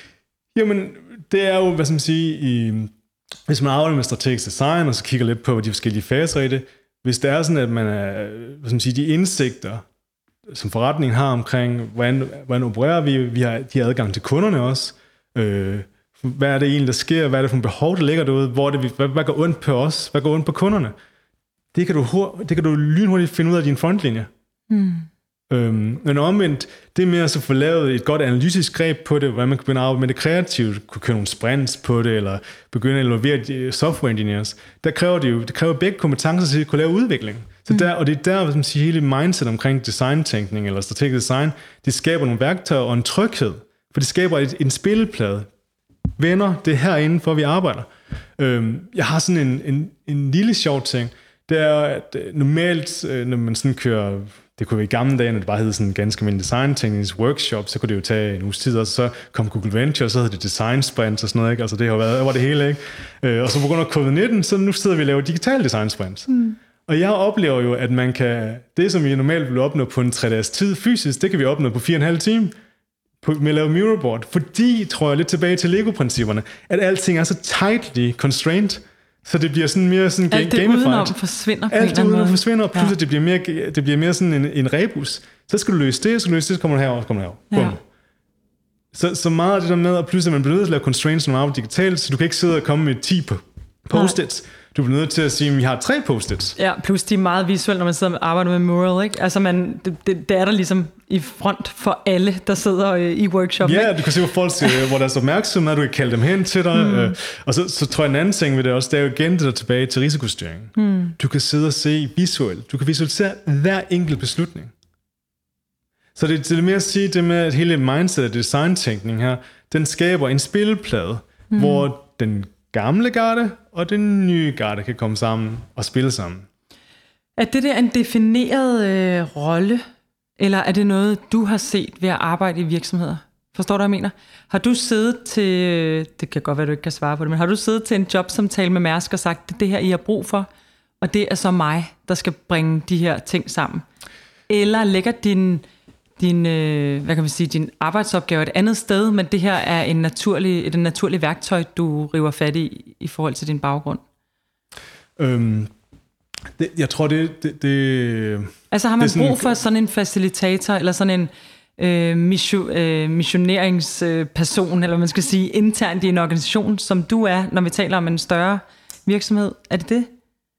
Jamen, det er jo, hvad skal man sige, i, hvis man arbejder med strategisk design, og så kigger lidt på de forskellige faser i det, hvis det er sådan, at man er, hvad skal man sige, de indsigter, som forretningen har omkring, hvordan, hvordan opererer vi, vi har de har adgang til kunderne også, øh, hvad er det egentlig, der sker, hvad er det for en behov, der ligger derude, hvor det, hvad, hvad går ondt på os, hvad går ondt på kunderne, det kan du, det kan du lynhurtigt finde ud af din frontlinje. Mm. Øhm, men omvendt, det med at så få lavet et godt analytisk greb på det, hvordan man kan begynde at arbejde med det kreativt, kunne køre nogle sprints på det, eller begynde at involvere de software engineers, der kræver det jo, det kræver begge kompetencer til at kunne lave udvikling. Så der, og det er der, hvad man siger, hele mindset omkring designtænkning eller strategisk design, det skaber nogle værktøjer og en tryghed, for det skaber et, en spilleplade. Venner, det er herinde, for vi arbejder. Øhm, jeg har sådan en, en, en lille sjov ting, det er, at normalt, når man sådan kører, det kunne være i gamle dage, når det bare hed sådan en ganske almindelig design-teknisk workshop, så kunne det jo tage en uges tid, og så kom Google Venture, og så hed det design sprints og sådan noget, ikke? Altså det har været, var det hele, ikke? Øh, og så på grund af covid nitten, så nu sidder vi og laver digital design sprints. Mm. Og jeg oplever jo, at man kan, det som vi normalt vil opnå på en tre dages tid fysisk, det kan vi opnå på fire og en halv time. på, med at lave Muroboard, fordi, tror jeg, lidt tilbage til Lego-principperne, at alting er så tightly constrained, så det bliver sådan mere sådan alt det gamified. Udenom forsvinder på alt en eller anden udenom måde. forsvinder, og pludselig Ja. det bliver mere, det bliver mere sådan en, en rebus. Så skal du løse det, så skal du løse det, så kommer du herover, så kommer du herover. Ja. Bum. Så, så meget af det der med, at pludselig man bliver nødt til at lave constraints, når man arbejder digitalt, så du kan ikke sidde og komme med ti post-its. Du bliver nødt til at sige, at vi har tre post-its. Ja, plus de er meget visuelle, når man sidder og arbejder med mural, ikke? Altså, man, det, det, det er der ligesom i front for alle, der sidder øh, i workshop. Ja, ikke? du kan se, hvor folk siger, hvor deres opmærksomhed er, du kan kalde dem hen til dig. Mm. Øh, og så, så tror jeg, en anden ting ved det også, det er jo igen det der tilbage til risikostyring. Mm. Du kan sidde og se visuelt. Du kan visualisere hver enkelt beslutning. Så det, det er mere at sige, det med, at hele mindset og designtænkning her, den skaber en spilleplade, mm. hvor den gamle garde og den nye garde kan komme sammen og spille sammen. Er det der en defineret øh, rolle, eller er det noget, du har set ved at arbejde i virksomheder? Forstår du, hvad jeg mener? Har du siddet til, øh, det kan godt være, du ikke kan svare på det, men har du siddet til en jobsamtale med Mærsk og sagt, det er det her, I har brug for, og det er så mig, der skal bringe de her ting sammen? Eller lægger din, din, øh, hvad kan man sige, din arbejdsopgave et andet sted, men det her er en naturlig, et naturligt værktøj, du river fat i, i forhold til din baggrund? Øhm, det, jeg tror, det... det, det altså har man sådan, brug for sådan en facilitator, eller sådan en øh, mission, øh, missioneringsperson, eller hvad man skal sige, internt i en organisation, som du er, når vi taler om en større virksomhed? Er det det?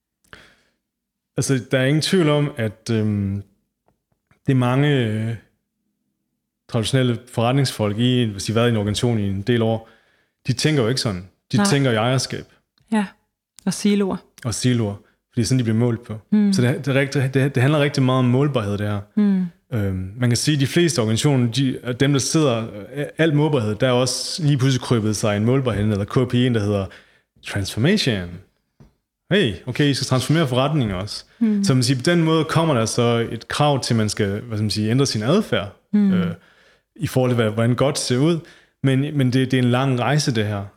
Altså, der er ingen tvivl om, at øhm, det er mange øh, traditionelle forretningsfolk, i, hvis de har været i en organisation i en del år, de tænker jo ikke sådan. De Nej. tænker i ejerskab. Ja, og siloer. Og siloer, fordi sådan de bliver målt på. Mm. Så det, det, er rigtig, det, det handler rigtig meget om målbarhed, det her. Mm. Øhm, man kan sige, at de fleste organisationer, de, dem der sidder, alt målbarhed, der er også lige pludselig krybet sig en målbarhed, eller K P I'en, der hedder transformation. Hey, okay, I skal transformere forretningen også. Mm. Så man siger, på den måde kommer der så et krav til, at man skal, hvad skal man sige, ændre sin adfærd, mm. øh, i forhold til, hvordan godt ser ud. Men, men det, det er en lang rejse, det her.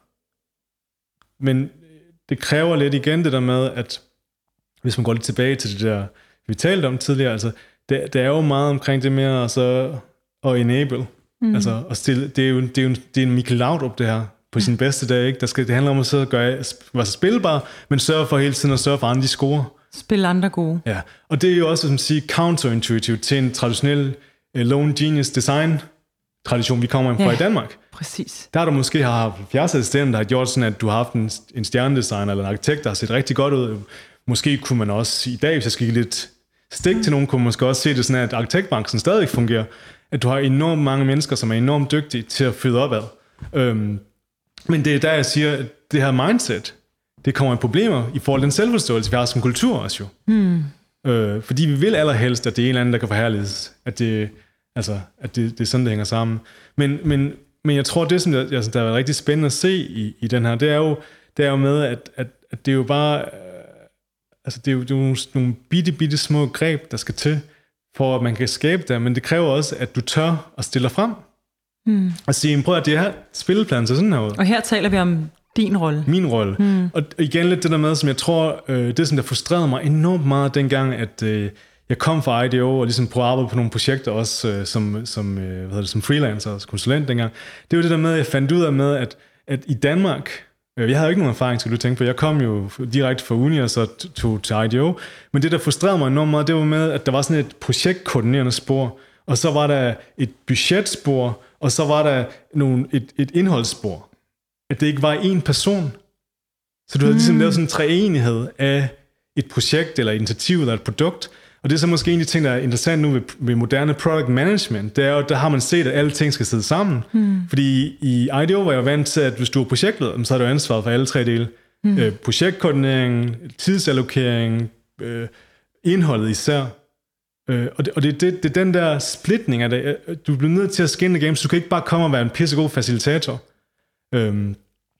Men det kræver lidt igen det der med, at hvis man går lidt tilbage til det der, vi talte om tidligere, altså, det, det er jo meget omkring det med altså, at enable. Mm. Altså, at stille, det er jo, det er jo det er en Michael Laudrup, det her, på sin bedste dag. Ikke? Der skal, det handler om at så gøre, være så spilbar, men sørge for hele tiden at sørge for andre de scorer. Spille andre gode. Ja, og det er jo også, som siger, counterintuitive til en traditionel uh, lone genius design tradition, vi kommer fra ja, i Danmark. Præcis. Der har du måske har haft halvfjerds assistenter, der har gjort sådan, at du har haft en, en stjernedesigner eller en arkitekt, der har set rigtig godt ud. Måske kunne man også i dag, hvis jeg skal give lidt stik mm. til nogen, kunne man måske også se det sådan, at arkitektbranchen stadig fungerer. At du har enormt mange mennesker, som er enormt dygtige til at føde opad. Øhm, men det er der, jeg siger, at det her mindset, det kommer i problemer i forhold til den selvforståelse, vi har som kultur også jo. Mm. Øh, fordi vi vil allerhelst, at det er en eller anden, der kan forherliges. At det, altså, at det, det er sådan, det hænger sammen. Men, men, men jeg tror, det, som der, der er rigtig spændende at se i, i den her, det er jo, det er jo med, at, at, at det er jo bare... Øh, altså, det er jo, det er jo nogle, nogle bitte, bitte små greb, der skal til, for at man kan skabe det, men det kræver også, at du tør at stille dig frem. Mm. Og sige, prøv at det her spilleplan ser sådan her ud. Og her taler vi om din rolle. Min rolle. Mm. Og igen lidt det der med, som jeg tror, øh, det som der frustrerede mig enormt meget dengang, at øh, jeg kom fra I D O og ligesom prøvede at arbejde på nogle projekter også øh, som, som, øh, hvad hedder det, som freelancer og konsulent dengang. Det var det der med, at jeg fandt ud af med, at, at i Danmark, øh, jeg havde jo ikke nogen erfaring, skal du tænke på, jeg kom jo direkte fra uni og så tog til I D O, men det der frustrerede mig enormt meget, det var med, at der var sådan et projektkoordinerende spor, og så var der et budgetspor, og så var der nogle, et, et indholdsspor. At det ikke var én person. Så du havde ligesom mm. lavet sådan en treenighed af et projekt, eller et initiativ, eller et produkt. Og det er så måske en af de ting, der er interessant nu ved, ved moderne product management, det er jo, der har man set, at alle ting skal sidde sammen. Mm. Fordi i I D O var jeg vant til, at hvis du er projektleder, så har du ansvaret for alle tre dele. Mm. Øh, projektkoordinering, tidsallokering, øh, indholdet især. Øh, og det, og det, det, det er den der splitning af det. Du bliver nødt til at skinne game, så du kan ikke bare komme og være en pissegod facilitator. Øhm,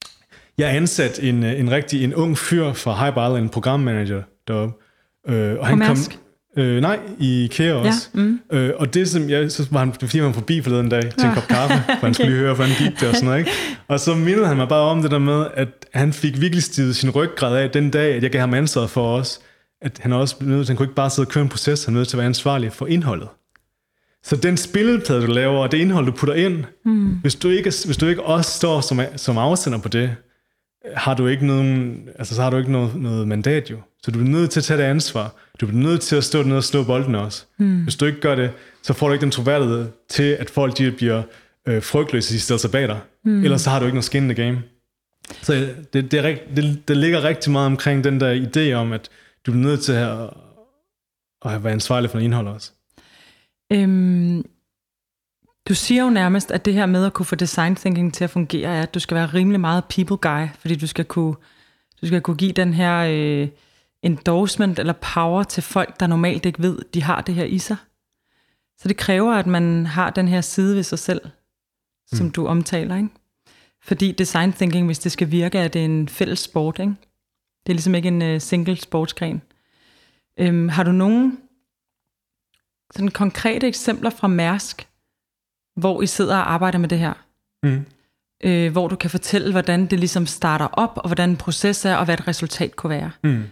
jeg har ansat en, en rigtig en ung fyr fra Hyper Island, en programmanager deroppe. Øh, og han kom, øh, nej, i IKEA også. Ja, mm. øh, og det som jeg, så var han, fordi han var forbi forleden dag til en kop kaffe, for han okay. skulle lige høre, hvordan gik det og sådan noget. Ikke? Og så mindede han mig bare om det der med, at han fik virkelig stivet sin ryggrad af den dag, at jeg gav ham ansvaret for os. At han også nødt til, han kunne ikke bare sidde og køre en proces, han nødt til at være ansvarlig for indholdet. Så den spilleplade, du laver, og det indhold, du putter ind, mm. hvis, du ikke, hvis du ikke også står som, som afsender på det, har du ikke nogen, altså, så har du ikke noget, noget mandat jo. Så du er nødt til at tage det ansvar. Du er nødt til at stå ned og slå bolden også. Mm. Hvis du ikke gør det, så får du ikke den troværdighed til, at folk de bliver øh, frygtløse, de stiller sig bag dig. Mm. Ellers så har du ikke noget skin in the game. Så det, det, er, det, det ligger rigtig meget omkring den der idé om, at du er nødt til at, at være ansvarlig for noget indhold også. Øhm, du siger jo nærmest, at det her med at kunne få design thinking til at fungere, er, at du skal være rimelig meget people guy, fordi du skal kunne, du skal kunne give den her øh, endorsement eller power til folk, der normalt ikke ved, de har det her i sig. Så det kræver, at man har den her side ved sig selv, som mm. du omtaler, ikke? Fordi design thinking, hvis det skal virke, er det en fælles sport, ikke? Det er ligesom ikke en uh, single sportsgren. Øhm, har du nogle sådan konkrete eksempler fra Mærsk, hvor I sidder og arbejder med det her? Mm. Øh, hvor du kan fortælle, hvordan det ligesom starter op, og hvordan en proces er, og hvad et resultat kunne være. Mm.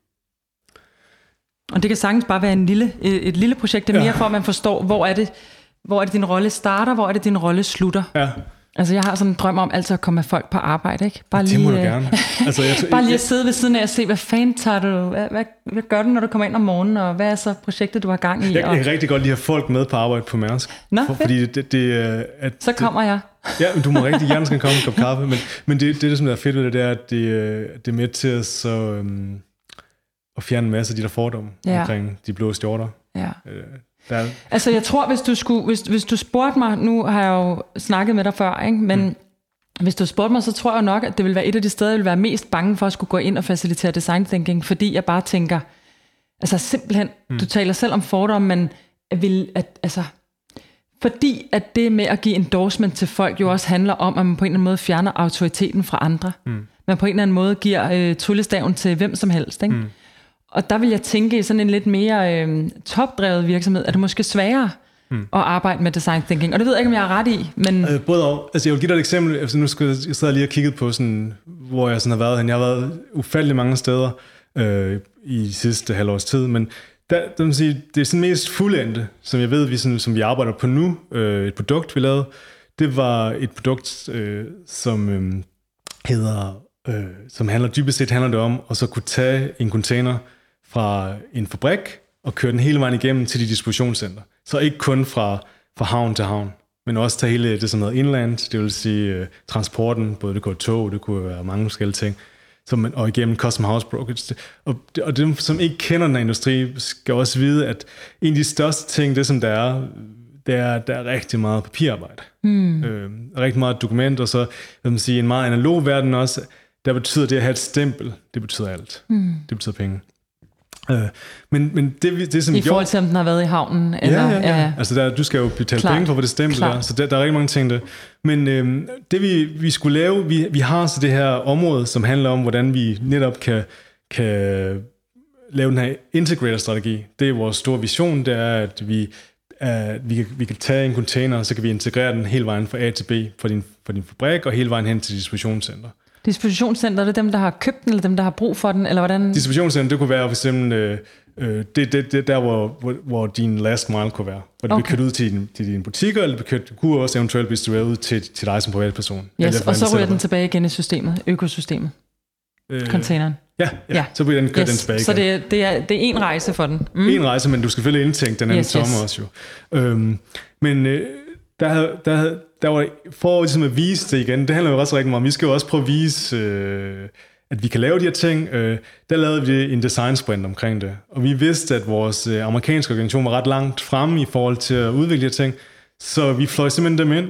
Og det kan sagtens bare være en lille, et, et lille projekt, det er mere ja. for, at man forstår, hvor er det, hvor er det din rolle starter, hvor er det din rolle slutter. Ja. Altså jeg har sådan en drøm om altid at komme med folk på arbejde, ikke? Bare lige, det må du gerne. Altså, jeg t- bare lige at sidde ved siden af og se, hvad fanden tager du, hvad, hvad, hvad gør du, når du kommer ind om morgenen, og hvad er så projektet, du har gang i? Jeg, og... jeg kan rigtig godt lide at have folk med på arbejde på Mærsk. Nå, for, fordi det, det, at, så kommer det, jeg. Ja, men du må rigtig gerne skal komme en kop kaffe, men, men det, det, det, som er fedt ved det, det er, at det, det er med til at, så, um, at fjerne en masse af de der fordomme ja. omkring de blå stjorter. Ja. Øh, Der... Altså jeg tror, hvis du skulle, hvis, hvis du spurgte mig, nu har jeg jo snakket med dig før, ikke? Men mm. hvis du spurgte mig, så tror jeg nok, at det vil være et af de steder, jeg vil være mest bange for at skulle gå ind og facilitere design thinking, fordi jeg bare tænker, altså simpelthen, mm. du taler selv om fordomme, men jeg vil, at, altså, fordi at det med at give endorsement til folk jo også handler om, at man på en eller anden måde fjerner autoriteten fra andre. Mm. Man på en eller anden måde giver øh, tryllestaven til hvem som helst, ikke? Mm. Og der vil jeg tænke, i sådan en lidt mere øh, topdrevet virksomhed, er det måske sværere hmm. at arbejde med design thinking. Og det ved jeg ikke, om jeg har ret i, men... Øh, både og. Altså, jeg vil give dig et eksempel. Altså, nu skal jeg sidde lige og kigge på, sådan, hvor jeg sådan har været hen. Jeg har været ufattelig mange steder øh, i sidste halvårs tid, men der, der vil sige, det er sådan mest fuldendte, som jeg ved, vi, sådan, som vi arbejder på nu, øh, et produkt, vi lavede. Det var et produkt, øh, som øh, hedder... Øh, som handler dybest set handler det om at så kunne tage en container fra en fabrik og køre den hele vejen igennem til de distributionscenter. Så ikke kun fra, fra havn til havn, men også tage hele det sådan noget inland, det vil sige uh, transporten, både det kunne være tog, det kunne være mange forskellige ting, så man, og igennem custom house brokerage. Og, og dem, som ikke kender den industri, skal også vide, at en af de største ting, det som der er, det er, der er rigtig meget papirarbejde. Mm. Øh, rigtig meget dokument, og så vil man sige, en meget analog verden også, der betyder det at have et stempel, det betyder alt. Mm. Det betyder penge. Uh, men, men det, det som I forhold til, om den har været i havnen? Eller, ja, ja, ja. Altså der, du skal jo betale Klar. penge for, for det stempel Klar. der, så der, der er rigtig mange ting der. Men øhm, det vi, vi skulle lave, vi, vi har så det her område, som handler om, hvordan vi netop kan, kan lave den her integrator-strategi. Det er vores store vision, det er, at vi, uh, vi, kan, vi kan tage en container, og så kan vi integrere den hele vejen fra A til B, fra din, fra din fabrik, og hele vejen hen til distributionscenter. Distributionscenter, det er dem, der har købt den, eller dem, der har brug for den, eller hvordan? Distributionscenter, det kunne være for eksempel, øh, øh, det, det, det der, hvor, hvor, hvor din last mile kunne være. Hvor det okay. bliver kørt ud til, din, til dine butikker, eller det, kørt, det kunne også eventuelt blive distribueret ud til, til dig som privatperson. Yes, og så ryger den tilbage igen i systemet, økosystemet, øh, containeren. Ja, ja, ja, så bliver den kørt yes. den tilbage igen. Så det, det, er, det er en rejse for den. Mm. En rejse, men du skal selvfølgelig indtænke den anden yes, sommer yes. også jo. Øhm, men øh, der, der, der var for ligesom at vise det igen, det handler jo også rigtig meget om, vi skal jo også prøve at vise, øh, at vi kan lave de her ting. Øh, der lavede vi en design sprint omkring det, og vi vidste, at vores øh, amerikanske organisation var ret langt fremme i forhold til at udvikle de her ting, så vi fløj simpelthen dem ind,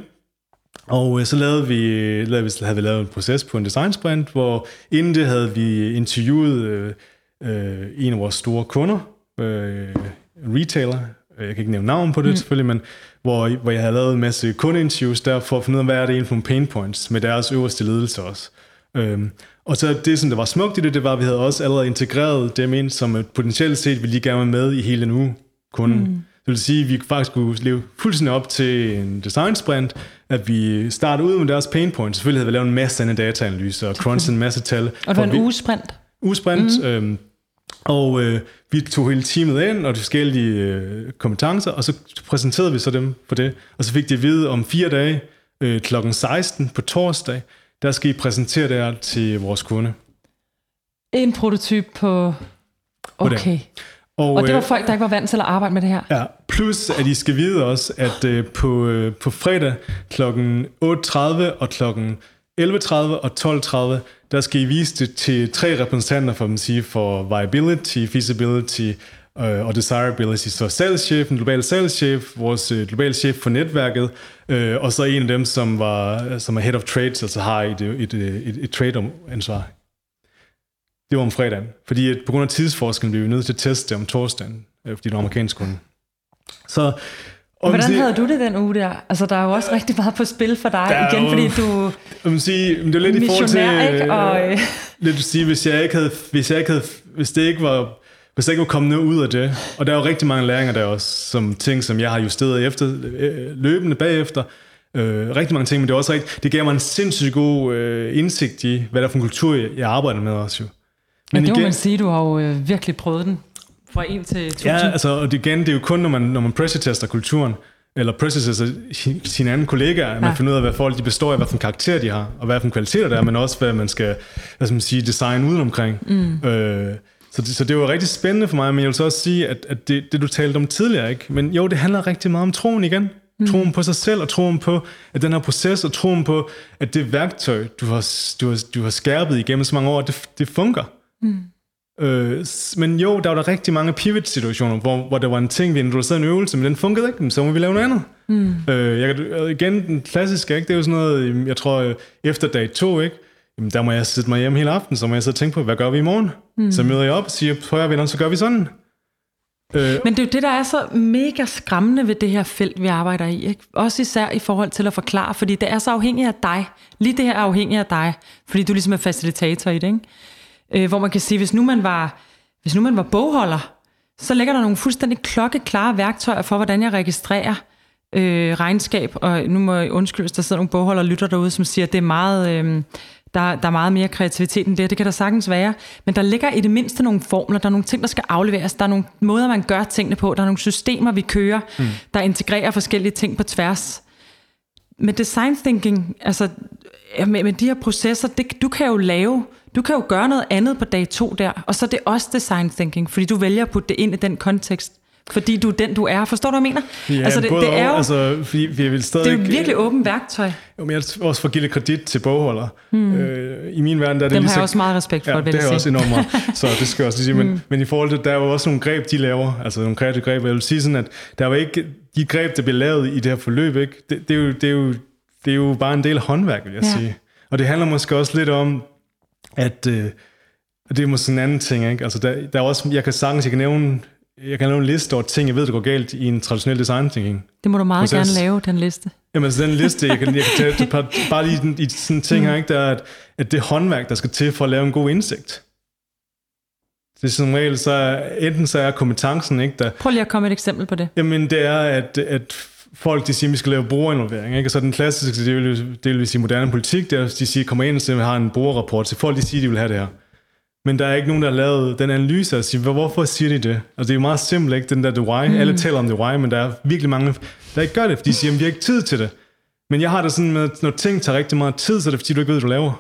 og øh, så lavede vi, lavede vi, havde vi lavet en proces på en design sprint, hvor inden det havde vi interviewet øh, øh, en af vores store kunder, øh, retailer, jeg kan ikke nævne navn på det mm. selvfølgelig, men hvor, hvor jeg havde lavet en masse kundeinterviews der, for at finde ud af, hvad er det egentlig for nogle pain points med deres øverste ledelse også. Øhm, og så det, som der var smukt i det, det var, at vi havde også allerede integreret dem ind, som potentielt set ville de gerne være med i hele den uge kunden. Mm. Det vil sige, at vi faktisk kunne leve fuldstændig op til en design sprint, at vi startede ud med deres pain points. Selvfølgelig havde vi lavet en masse dataanalyser og crunchet en masse tal. Og det var en ugesprint. Ugesprint, mm. øhm, Og øh, vi tog hele teamet ind, og de forskellige øh, kompetencer, og så præsenterede vi så dem for det. Og så fik de at vide om fire dage, øh, klokken seksten på torsdag, der skal I præsentere det her til vores kunde. En prototyp på... Okay. Og, og det var folk, der ikke var vant til at arbejde med det her? Ja, plus at I skal vide også, at øh, på, øh, på fredag klokken otte tredive og klokken elleve tredive og tolv tredive, der skal I vise det til tre repræsentanter for, man sige, for viability, feasibility øh, og desirability. Så salgschef, en global salgschef, vores øh, globale chef for netværket, øh, og så en af dem, som, var, som er head of trades, altså har et, et, et, et, et trade-ansvar. Det var om fredagen, fordi at på grund af tidsforskellen blev vi nødt til at teste det om torsdagen, fordi det var amerikansk kunde. Så, hvordan sige, havde du det den uge der? Altså, der er jo også øh, rigtig meget på spil for dig, igen, jo, fordi du er sige, det er lidt i forhold til, ikke? Og, øh, lidt at sige, hvis jeg ikke havde, hvis jeg ikke havde, hvis det ikke var, hvis der ikke var kommet noget ud af det, og der er jo rigtig mange læringer der også, som ting, som jeg har justeret efter, løbende bagefter, øh, rigtig mange ting, men det er også rigtigt, det gav mig en sindssygt god øh, indsigt i, hvad der er for en kultur, jeg arbejder med også jo. Men, men det må igen, man sige, du har jo øh, virkelig prøvet den fra en til tusind. Ja, altså, og det, igen, det er jo kun, når man, når man pressure-tester kulturen, eller pressure-tester sine andre kollegaer, at man ja. finder ud af, hvad folk de består af, hvad for en karakter de har, og hvad for en kvaliteter der er, men også, hvad man skal hvad skal man sige, design udenomkring. Mm. Øh, så, det, så det var rigtig spændende for mig, men jeg vil så også sige, at, at det, det, du talte om tidligere, ikke? Men jo, det handler rigtig meget om troen igen. Mm. Troen på sig selv, og troen på, at den her proces, og troen på, at det værktøj, du har, du har, du har skærpet igennem så mange år, det, det fungerer. Mm. Øh, men jo, der var der rigtig mange pivot-situationer, hvor, hvor der var en ting, vi introducerede en øvelse, men den fungerede ikke, så må vi lave noget andet. Mm. Øh, jeg, igen, den klassiske, ikke? Det er jo sådan noget, jeg tror, efter dag to, ikke? Jamen, der må jeg sætte mig hjem hele aften, så må jeg så tænke på, hvad gør vi i morgen? Mm. Så møder jeg op og siger, prøv at venner, så gør vi sådan. Øh, men det er jo det, der er så mega skræmmende ved det her felt, vi arbejder i, ikke? Også især i forhold til at forklare, fordi det er så afhængigt af dig. Lige det her er afhængigt af dig, fordi du ligesom er facilitator i det, ikke? Øh, hvor man kan sige, hvis nu man var, hvis nu man var bogholder, så ligger der nogle fuldstændig klokkeklare værktøjer for, hvordan jeg registrerer øh, regnskab. Og nu må jeg undskylde, hvis der sidder nogle bogholder og lytter derude, som siger, at det er meget, øh, der, der er meget mere kreativitet end det. Det kan der sagtens være. Men der ligger i det mindste nogle formler, der er nogle ting, der skal afleveres. Der er nogle måder, man gør tingene på. Der er nogle systemer, vi kører, mm. der integrerer forskellige ting på tværs. Med design thinking, altså med, med de her processer, det, du kan jo lave... Du kan jo gøre noget andet på dag to der, og så er det også design thinking, fordi du vælger at putte det ind i den kontekst, fordi du er den, du er. Forstår du, hvad jeg mener? Ja, altså, det, det er jo, altså, fordi vi vil stadig, det er jo virkelig åbent værktøj. Jo, men jeg vil også få give lidt kredit til bogholdere. Hmm. Øh, I min verden, der er det Dem lige har jeg også meget respekt for, ja, vil det jeg har sige. også enormt meget, så det skal jeg også sige. Men, hmm. men i forhold til, der er jo også nogle greb, de laver, altså nogle kreative greb. Jeg vil sige sådan, at der var ikke de greb, der bliver lavet i det her forløb, ikke? Det, det, er, jo, det, er, jo, det er jo bare en del af håndværk, vil jeg ja. sige. Og det handler måske også lidt om, at... Øh, det er måske en anden ting, ikke? Altså der, der er også, jeg kan sagtens, jeg kan nævne, jeg kan nævne en liste over ting, jeg ved, der går galt i en traditionel design thinking. Det må du meget proces. gerne lave, den liste. Jamen altså den liste, jeg kan, jeg kan tage, bare, bare lige i sådan en ting her, ikke? Der er, at, at det håndværk, der skal til for at lave en god indsigt. Det er som regel, så er, enten så er kompetencen, ikke? Der, Prøv lige at komme et eksempel på det. Jamen det er, at, at folk, de siger, at vi skal lave brugerinvolvering, ikke? Og så den klassiske, det vil, det vil sige moderne politik, der de siger, kommer ind og har en brugerrapport, så folk, de siger, de vil have det her. Men der er ikke nogen, der har lavet den analyse og siger, hvorfor siger de det? Altså det er jo meget simpelt, ikke? Den der the why. Mm. Alle taler om the why, men der er virkelig mange, der ikke gør det, fordi de siger, at vi har ikke tid til det. Men jeg har det sådan med, når ting tager rigtig meget tid, så er det fordi, du ikke ved, hvad du laver.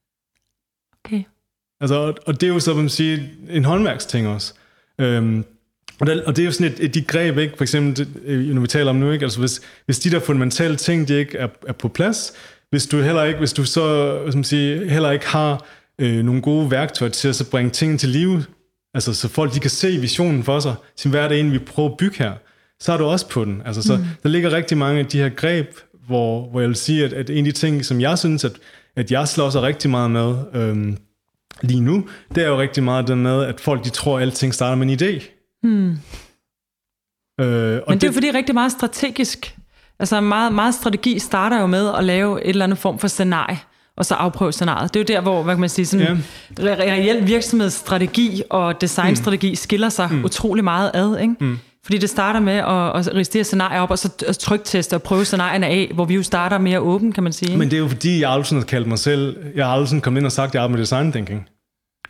Okay. Altså, og det er jo så, vil man sige, en håndværksting også. Øhm, og, der, og det er jo sådan et, et de greb, ikke? For eksempel, når vi taler om nu, ikke? Altså hvis, hvis de der fundamentale ting, de ikke er, er på plads, hvis du heller ikke, hvis du så, hvad skal man sige, heller ikke har Øh, nogle gode værktøjer til at så bringe tingene til live, altså så folk de kan se visionen for sig, sin hvad er det egentlig, vi prøver at bygge her, så er du også på den. Altså, så mm. der ligger rigtig mange af de her greb, hvor, hvor jeg vil sige, at, at en af de ting, som jeg synes, at, at jeg slår sig rigtig meget med øhm, lige nu, det er jo rigtig meget det med, at folk de tror, at alting starter med en idé. Mm. Øh, og Men det, det er jo fordi rigtig meget strategisk, altså meget, meget strategi starter jo med at lave et eller andet form for scenarie, og så afprøve scenariet. Det er jo der, hvor hvad kan man sige, sådan ja. reelt virksomhedsstrategi og designstrategi mm. skiller sig mm. utrolig meget ad, ikke? Mm. Fordi det starter med at, at ristere scenarier op, og så trykteste og prøve scenarierne af, hvor vi jo starter mere åben, kan man sige. Men det er jo fordi, jeg aldrig har kaldt mig selv, jeg har aldrig kommet ind og sagt, at jeg arbejder med design thinking.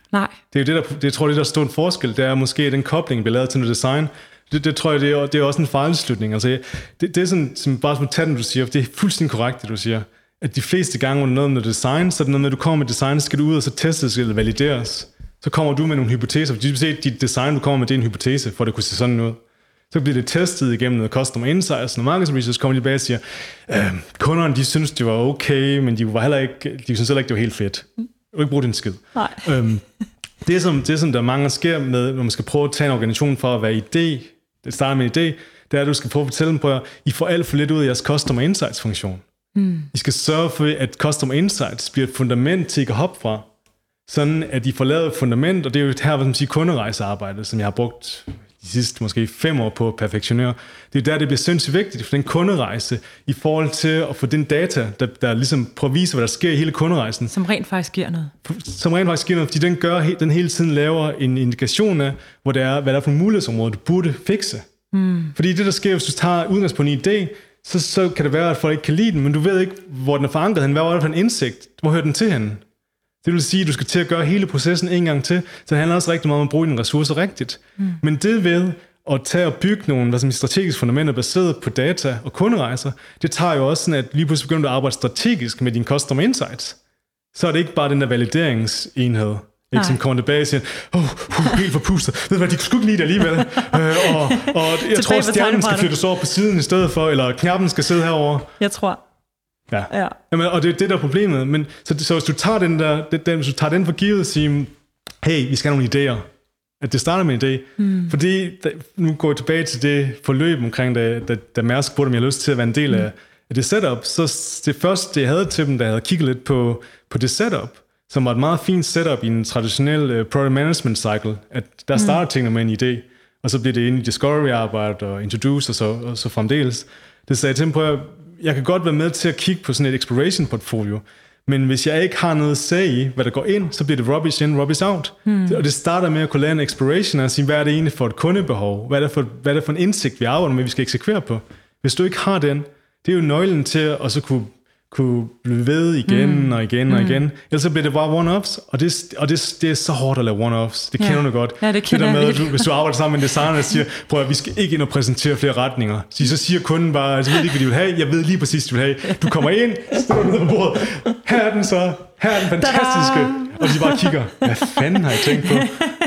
Nej. Det er jo det, der, det, jeg tror, det der står en forskel, det er måske den kobling, vi lavet til noget design. Det, det tror jeg, det er, det er også en fejlslutning. Altså, det, det er sådan, som bare som at tage den, du siger, det er fuldstændig korrekt, det du siger. At de fleste gange, når noget med design, så er det noget med, at du kommer med design, så skal du ud og så testes eller valideres. Så kommer du med nogle hypoteser, fordi du ser, at dit design, du kommer med, det er en hypotese, for at det kunne se sådan ud. Så bliver det testet igennem noget customer insights, og market research, kommer de tilbage og siger, øh, kunderne, de synes, det var okay, men de var heller ikke, de synes heller ikke, det var helt fedt. Du vil ikke bruge den skid. Nej. øhm, det, som, det, som der mange sker med, når man skal prøve at tage en organisation for at være idé, det starter med en idé, det er, at du skal prøve at fortælle dem på, at I får alt for lidt ud af jeres customer insights funktion. Mm. I skal sørge for, at customer insights bliver et fundament til, at I kan hoppe fra, sådan at I får lavet et fundament, og det er jo her, hvad man siger, kunderejsearbejdet, som jeg har brugt de sidste måske fem år på at perfektionere. Det er der, det bliver sindssygt vigtigt for den kunderejse, i forhold til at få den data, der, der ligesom prøver at vise, hvad der sker i hele kunderejsen. Som rent faktisk giver noget. Som rent faktisk giver noget, fordi den, gør, den hele tiden laver en indikation af, hvor det er, hvad der er for mulighedsområder, du burde fikse. Mm. Fordi det, der sker, hvis du tager udgangspunkt i en idé, så, så kan det være, at folk ikke kan lide den, men du ved ikke, hvor den er forankret hen, hvad er det for en indsigt, hvor hører den til henne? Det vil sige, at du skal til at gøre hele processen en gang til, så det handler også rigtig meget om at bruge dine ressourcer rigtigt. Mm. Men det ved at tage og bygge nogle hvad som strategiske fundamenter baseret på data og kunderejser, det tager jo også sådan, at lige pludselig begynder du at arbejde strategisk med dine customer insights. Så er det ikke bare den der valideringsenhed, ikke, som kommer tilbage og siger, åh, oh, helt forpustet, ved du hvad, de skulle ikke lide det alligevel. øh, og, og jeg tror, stjernen skal flyttes over på siden i stedet for, eller knappen skal sidde herover. Jeg tror. Ja. ja. Jamen, og det er det, der er problemet. Men, så, så hvis du tager den der, den, hvis du tager den for givet og siger, hey, vi skal have nogle idéer. At det starter med en idé. Mm. Fordi, da, nu går jeg tilbage til det forløb omkring, da, da, da Mærsk spurgte, om jeg havde lyst til at være en del af, af det setup. Så det første, jeg havde til dem, da jeg havde kigget lidt på, på det setup, som var et meget fint setup i en traditionel uh, product management cycle, at der starter mm. tingene med en idé, og så bliver det inde i discovery-arbejde og introduce og så, og så fremdeles. Det sagde jeg til dem på, at jeg kan godt være med til at kigge på sådan et exploration-portfolio, men hvis jeg ikke har noget at sige i, hvad der går ind, så bliver det rubbish in, rubbish out. Hmm. Og det starter med at kunne lave en exploration og sige, hvad er det egentlig for et kundebehov? Hvad er det for, hvad er det for en indsigt, vi arbejder med, vi skal eksekvere på? Hvis du ikke har den, det er jo nøglen til at så kunne, kunne blive ved igen mm. og igen og igen. Ellers så bliver det bare one-offs, og, det, og det, det er så hårdt at lave one-offs. Det ja. kender du godt. Ja, det kender det der med, jeg du, hvis du arbejder sammen med en designer, der siger, prøv at vi skal ikke ind og præsentere flere retninger. Så, så siger kunden bare, jeg ved ikke, hvad de vil have. Jeg ved lige præcis, hvad de vil have. Du kommer ind, står ned på bordet. Her er den så. Her er den fantastiske. Da-da! Og de bare kigger. Hvad fanden har jeg tænkt på?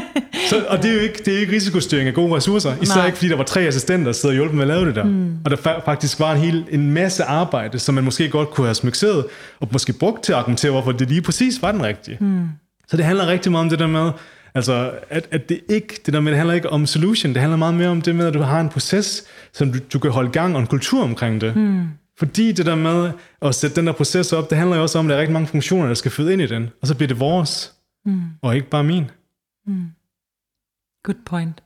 Så, og det er jo ikke, det er ikke risikostyring af gode ressourcer. Især ikke, fordi der var tre assistenter, der sidder og hjælper med at lave det der. Mm. Og der fa- faktisk var en, hel, en masse arbejde, som man måske godt kunne have smikseret, og måske brugt til at argumentere, hvorfor det lige præcis var den rigtige. Mm. Så det handler rigtig meget om det der med, altså, at, at det ikke, det der med, det handler ikke om solution, det handler meget mere om det med, at du har en proces, som du, du kan holde gang, og en kultur omkring det. Mm. Fordi det der med at sætte den der proces op, det handler jo også om, at der er rigtig mange funktioner, der skal føde ind i den, og så bliver det vores, mm. og ikke bare min. Mm. Good point.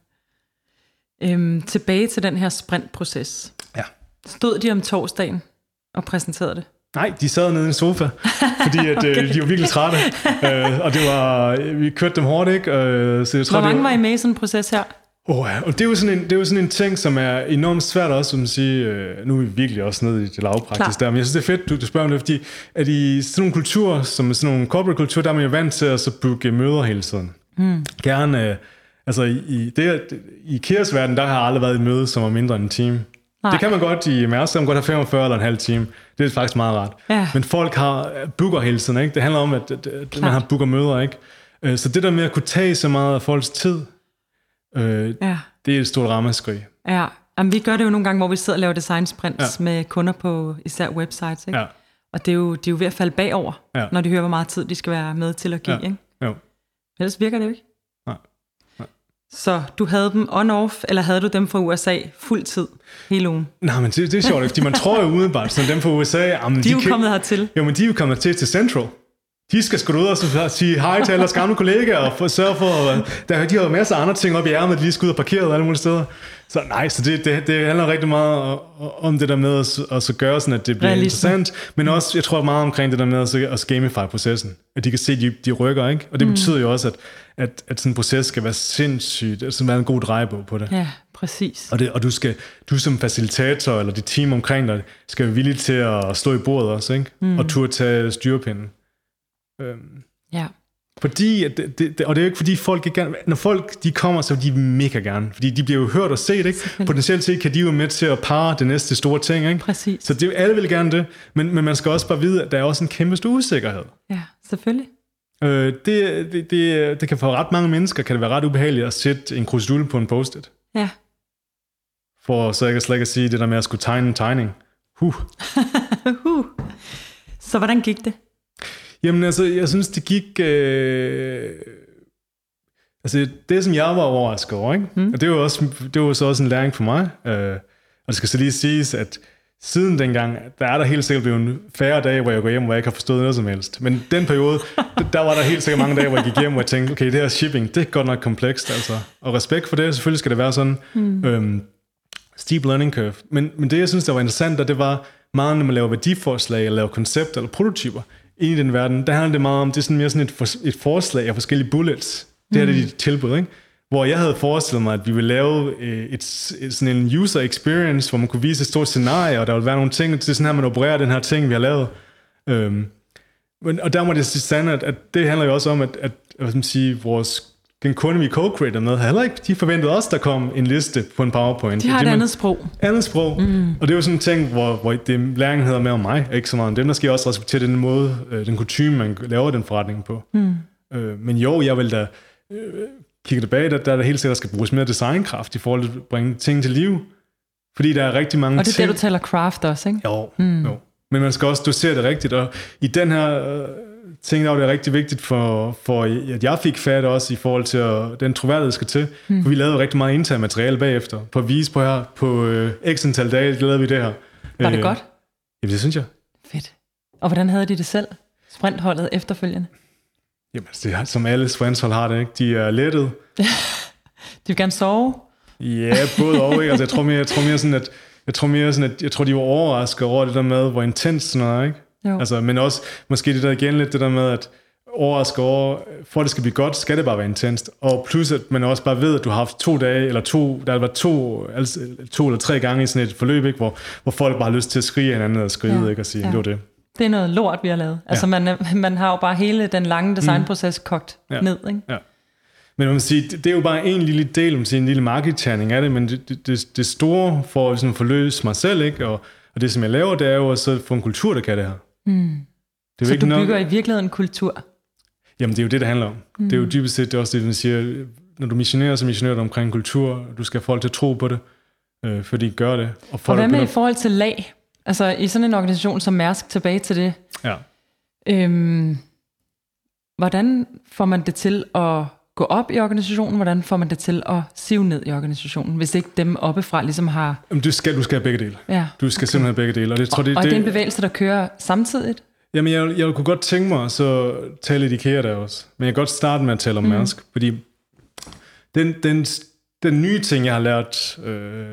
Øhm, tilbage til den her sprintproces. Ja. Stod de om torsdagen og præsenterede det? Nej, de sad nede i en sofa, fordi at, okay. øh, de var virkelig trætte. øh, og det var, vi kørte dem hårdt, ikke? Øh, så jeg tror, Hvor mange det var, var I med i sådan en proces her? Oh, ja. Og det er, jo sådan en, det er jo sådan en ting, som er enormt svært også, som at sige, øh, nu er vi virkelig også nede i det lavpraktisk der, men jeg synes, det er fedt, du, du spørger om det, fordi at i sådan nogle kulturer, som sådan nogle corporate kultur, der er man jo vant til at så booke møder hele tiden. Mm. Gerne, øh, altså i, det, i Kias verden, der har aldrig været et møde, som er mindre end en time. Nej. Det kan man godt i Mærsk, så man godt have femogfyrre eller en halv time. Det er faktisk meget rart. Ja. Men folk har booker hele tiden, ikke? Det handler om, at, at, at man har booker møder, ikke? Så det der med at kunne tage så meget af folks tid, øh, ja. det er et stort ramaskrig. Ja, jamen, vi gør det jo nogle gange, hvor vi sidder og laver design sprints ja. med kunder på især websites, ikke? Ja. Og det er, jo, de er jo ved at falde bagover, ja. når de hører, hvor meget tid de skal være med til at give, ja. ikke? Jo. Ellers virker det jo ikke. Nej. Nej. Så du havde dem on-off, eller havde du dem fra U S A fuld tid hele ugen? Nej, men det, det er sjovt, fordi man tror jo umiddelbart, sådan dem fra U S A... Jamen, de er jo kan, kommet hertil. Jo, men de er jo kommet til til Central. De skal sgu ud og sige hej til alle deres gamle kollegaer, og for, sørge for... Der, de har jo masser af andre ting op i ærmet, de lige skal ud og parkere alle mulige steder. Så nej, så det, det, det handler rigtig meget om det der med at, at så gøre sådan, at det bliver Realisme. interessant, men også, jeg tror meget omkring det der med at, at gamify processen. At de kan se, at de, de rykker, ikke? Og det mm. betyder jo også, at, at, at sådan en proces skal være sindssygt, at skal være en god drejebog på det. Ja, præcis. Og, det, og du, skal, du som facilitator, eller dit team omkring dig, skal være villig til at stå i bordet også, ikke? Mm. Og turde tage styrepinden. Øhm. Ja. fordi, at det, det, og det er jo ikke fordi folk ikke gerne, når folk de kommer, så vil de mega gerne, fordi de bliver jo hørt og set, ikke? Potentielt set kan de jo med til at parre det næste store ting, ikke? Præcis. Så det, alle vil gerne det, men, men man skal også bare vide, at der er også en kæmpe stor usikkerhed. Ja, selvfølgelig. Øh, det, det, det, det kan for ret mange mennesker, kan det være ret ubehageligt at sætte en krusdul på en post-it. Ja. For så jeg kan slet ikke at sige det der med at skulle tegne en tegning. Huh. huh. Så hvordan gik det? Jamen altså, jeg synes, det gik... Øh... Altså, det som jeg var overrasket over, ikke? Mm. Og det var, også, det var så også en læring for mig. Øh... Og det skal så lige siges, at siden dengang, der er der helt sikkert blevet færre dage, hvor jeg går hjem, hvor jeg ikke har forstået noget som helst. Men den periode, der var der helt sikkert mange dage, hvor jeg gik hjem, hvor jeg tænkte, okay, det her shipping, det er godt nok komplekst, altså. Og respekt for det, selvfølgelig skal det være sådan. Mm. Øhm, steep learning curve. Men, men det, jeg synes, der var interessant, og det var meget, når man laver værdiforslag, eller laver koncepter, eller prototyper, ind i den verden, der handler det meget om, det er sådan mere sådan et, for, et forslag af forskellige bullets. Det her mm. er dit tilbud, ikke? Hvor jeg havde forestillet mig, at vi ville lave et, et, sådan en user experience, hvor man kunne vise et stort scenarie, og der ville være nogle ting, det er sådan her, man opererer den her ting, vi har lavet. Øhm, og der må det sige sandt, at, at det handler jo også om, at, at hvad skal man sige, vores, den kunde, vi co-creator med, heller ikke, de forventede også, der kom en liste på en PowerPoint. De har et andet sprog. Andet sprog. Mm. Og det er jo sådan en ting, hvor, hvor det, læringen hedder med om mig, ikke så meget om dem, der skal også respektere den måde, den kutyme, man laver den forretning på. Mm. Øh, men jo, jeg vil da øh, kigge tilbage, der, der er der helt sikkert, der skal bruges mere designkraft i forhold til at bringe ting til liv. Fordi der er rigtig mange ting. Og det er ting. det, du taler craft også, ikke? Jo, mm. jo. Men man skal også dosere det rigtigt, og i den her øh, ting, der var det rigtig vigtigt for, for, at jeg fik fat også i forhold til, at den troværdighed skal til. Mm. For vi lavede rigtig meget internt materiale bagefter, på at vise på her, på øh, x antal dage, det lavede vi det her. Var det øh, godt? Jamen, det synes jeg. Fedt. Og hvordan havde de det selv? Sprintholdet efterfølgende? Jamen, det er, som alle sprinthold har det, ikke? De er lettet. De vil gerne sove? Ja, både og, ikke? Altså, jeg tror mere, jeg tror mere sådan, at Jeg tror mere sådan, at jeg tror, de var overrasket over det der med, hvor intens sådan noget, ikke? Jo. Altså, men også måske det der igen lidt det der med, at overrasket over, for at det skal blive godt, skal det bare være intenst. Og plus, at man også bare ved, at du har haft to dage, eller to, der har været to, altså, to eller tre gange i sådan et forløb, ikke? Hvor, hvor folk bare har lyst til at skrige hinanden og skrive, ja. Ikke? Og sige, ja. Det var det. Det er noget lort, vi har lavet. Altså, ja. man, man har jo bare hele den lange designproces kogt ja. ned, ikke? Ja. Men man sige, det er jo bare en lille del, man siger, en lille markedterning af det, men det, det, det store for at sådan forløse mig selv, ikke? Og, og det, som jeg laver, det er jo at så få en kultur, der kan det her. Mm. Det så ikke du nok... bygger i virkeligheden en kultur? Jamen, det er jo det, det handler om. Mm. Det er jo dybest set det er også det, man siger, når du missionerer, så missionerer du omkring kultur. Du skal have folk til at tro på det, øh, fordi de gør det. Og, og hvad med i forhold til lag? Altså i sådan en organisation som Mærsk, tilbage til det. Ja. Øhm, hvordan får man det til at gå op i organisationen, hvordan får man det til at sive ned i organisationen, hvis ikke dem oppefra ligesom har... Jamen, du skal, du skal have begge dele. Ja, du skal okay. simpelthen have begge dele. Og, det, tror, det, og det, er det en bevægelse, der kører samtidigt? Jamen, jeg, jeg kunne godt tænke mig så tale lidt IKEA der også. Men jeg kan godt starte med at tale om mm. Mærsk, fordi den, den, den nye ting, jeg har lært øh,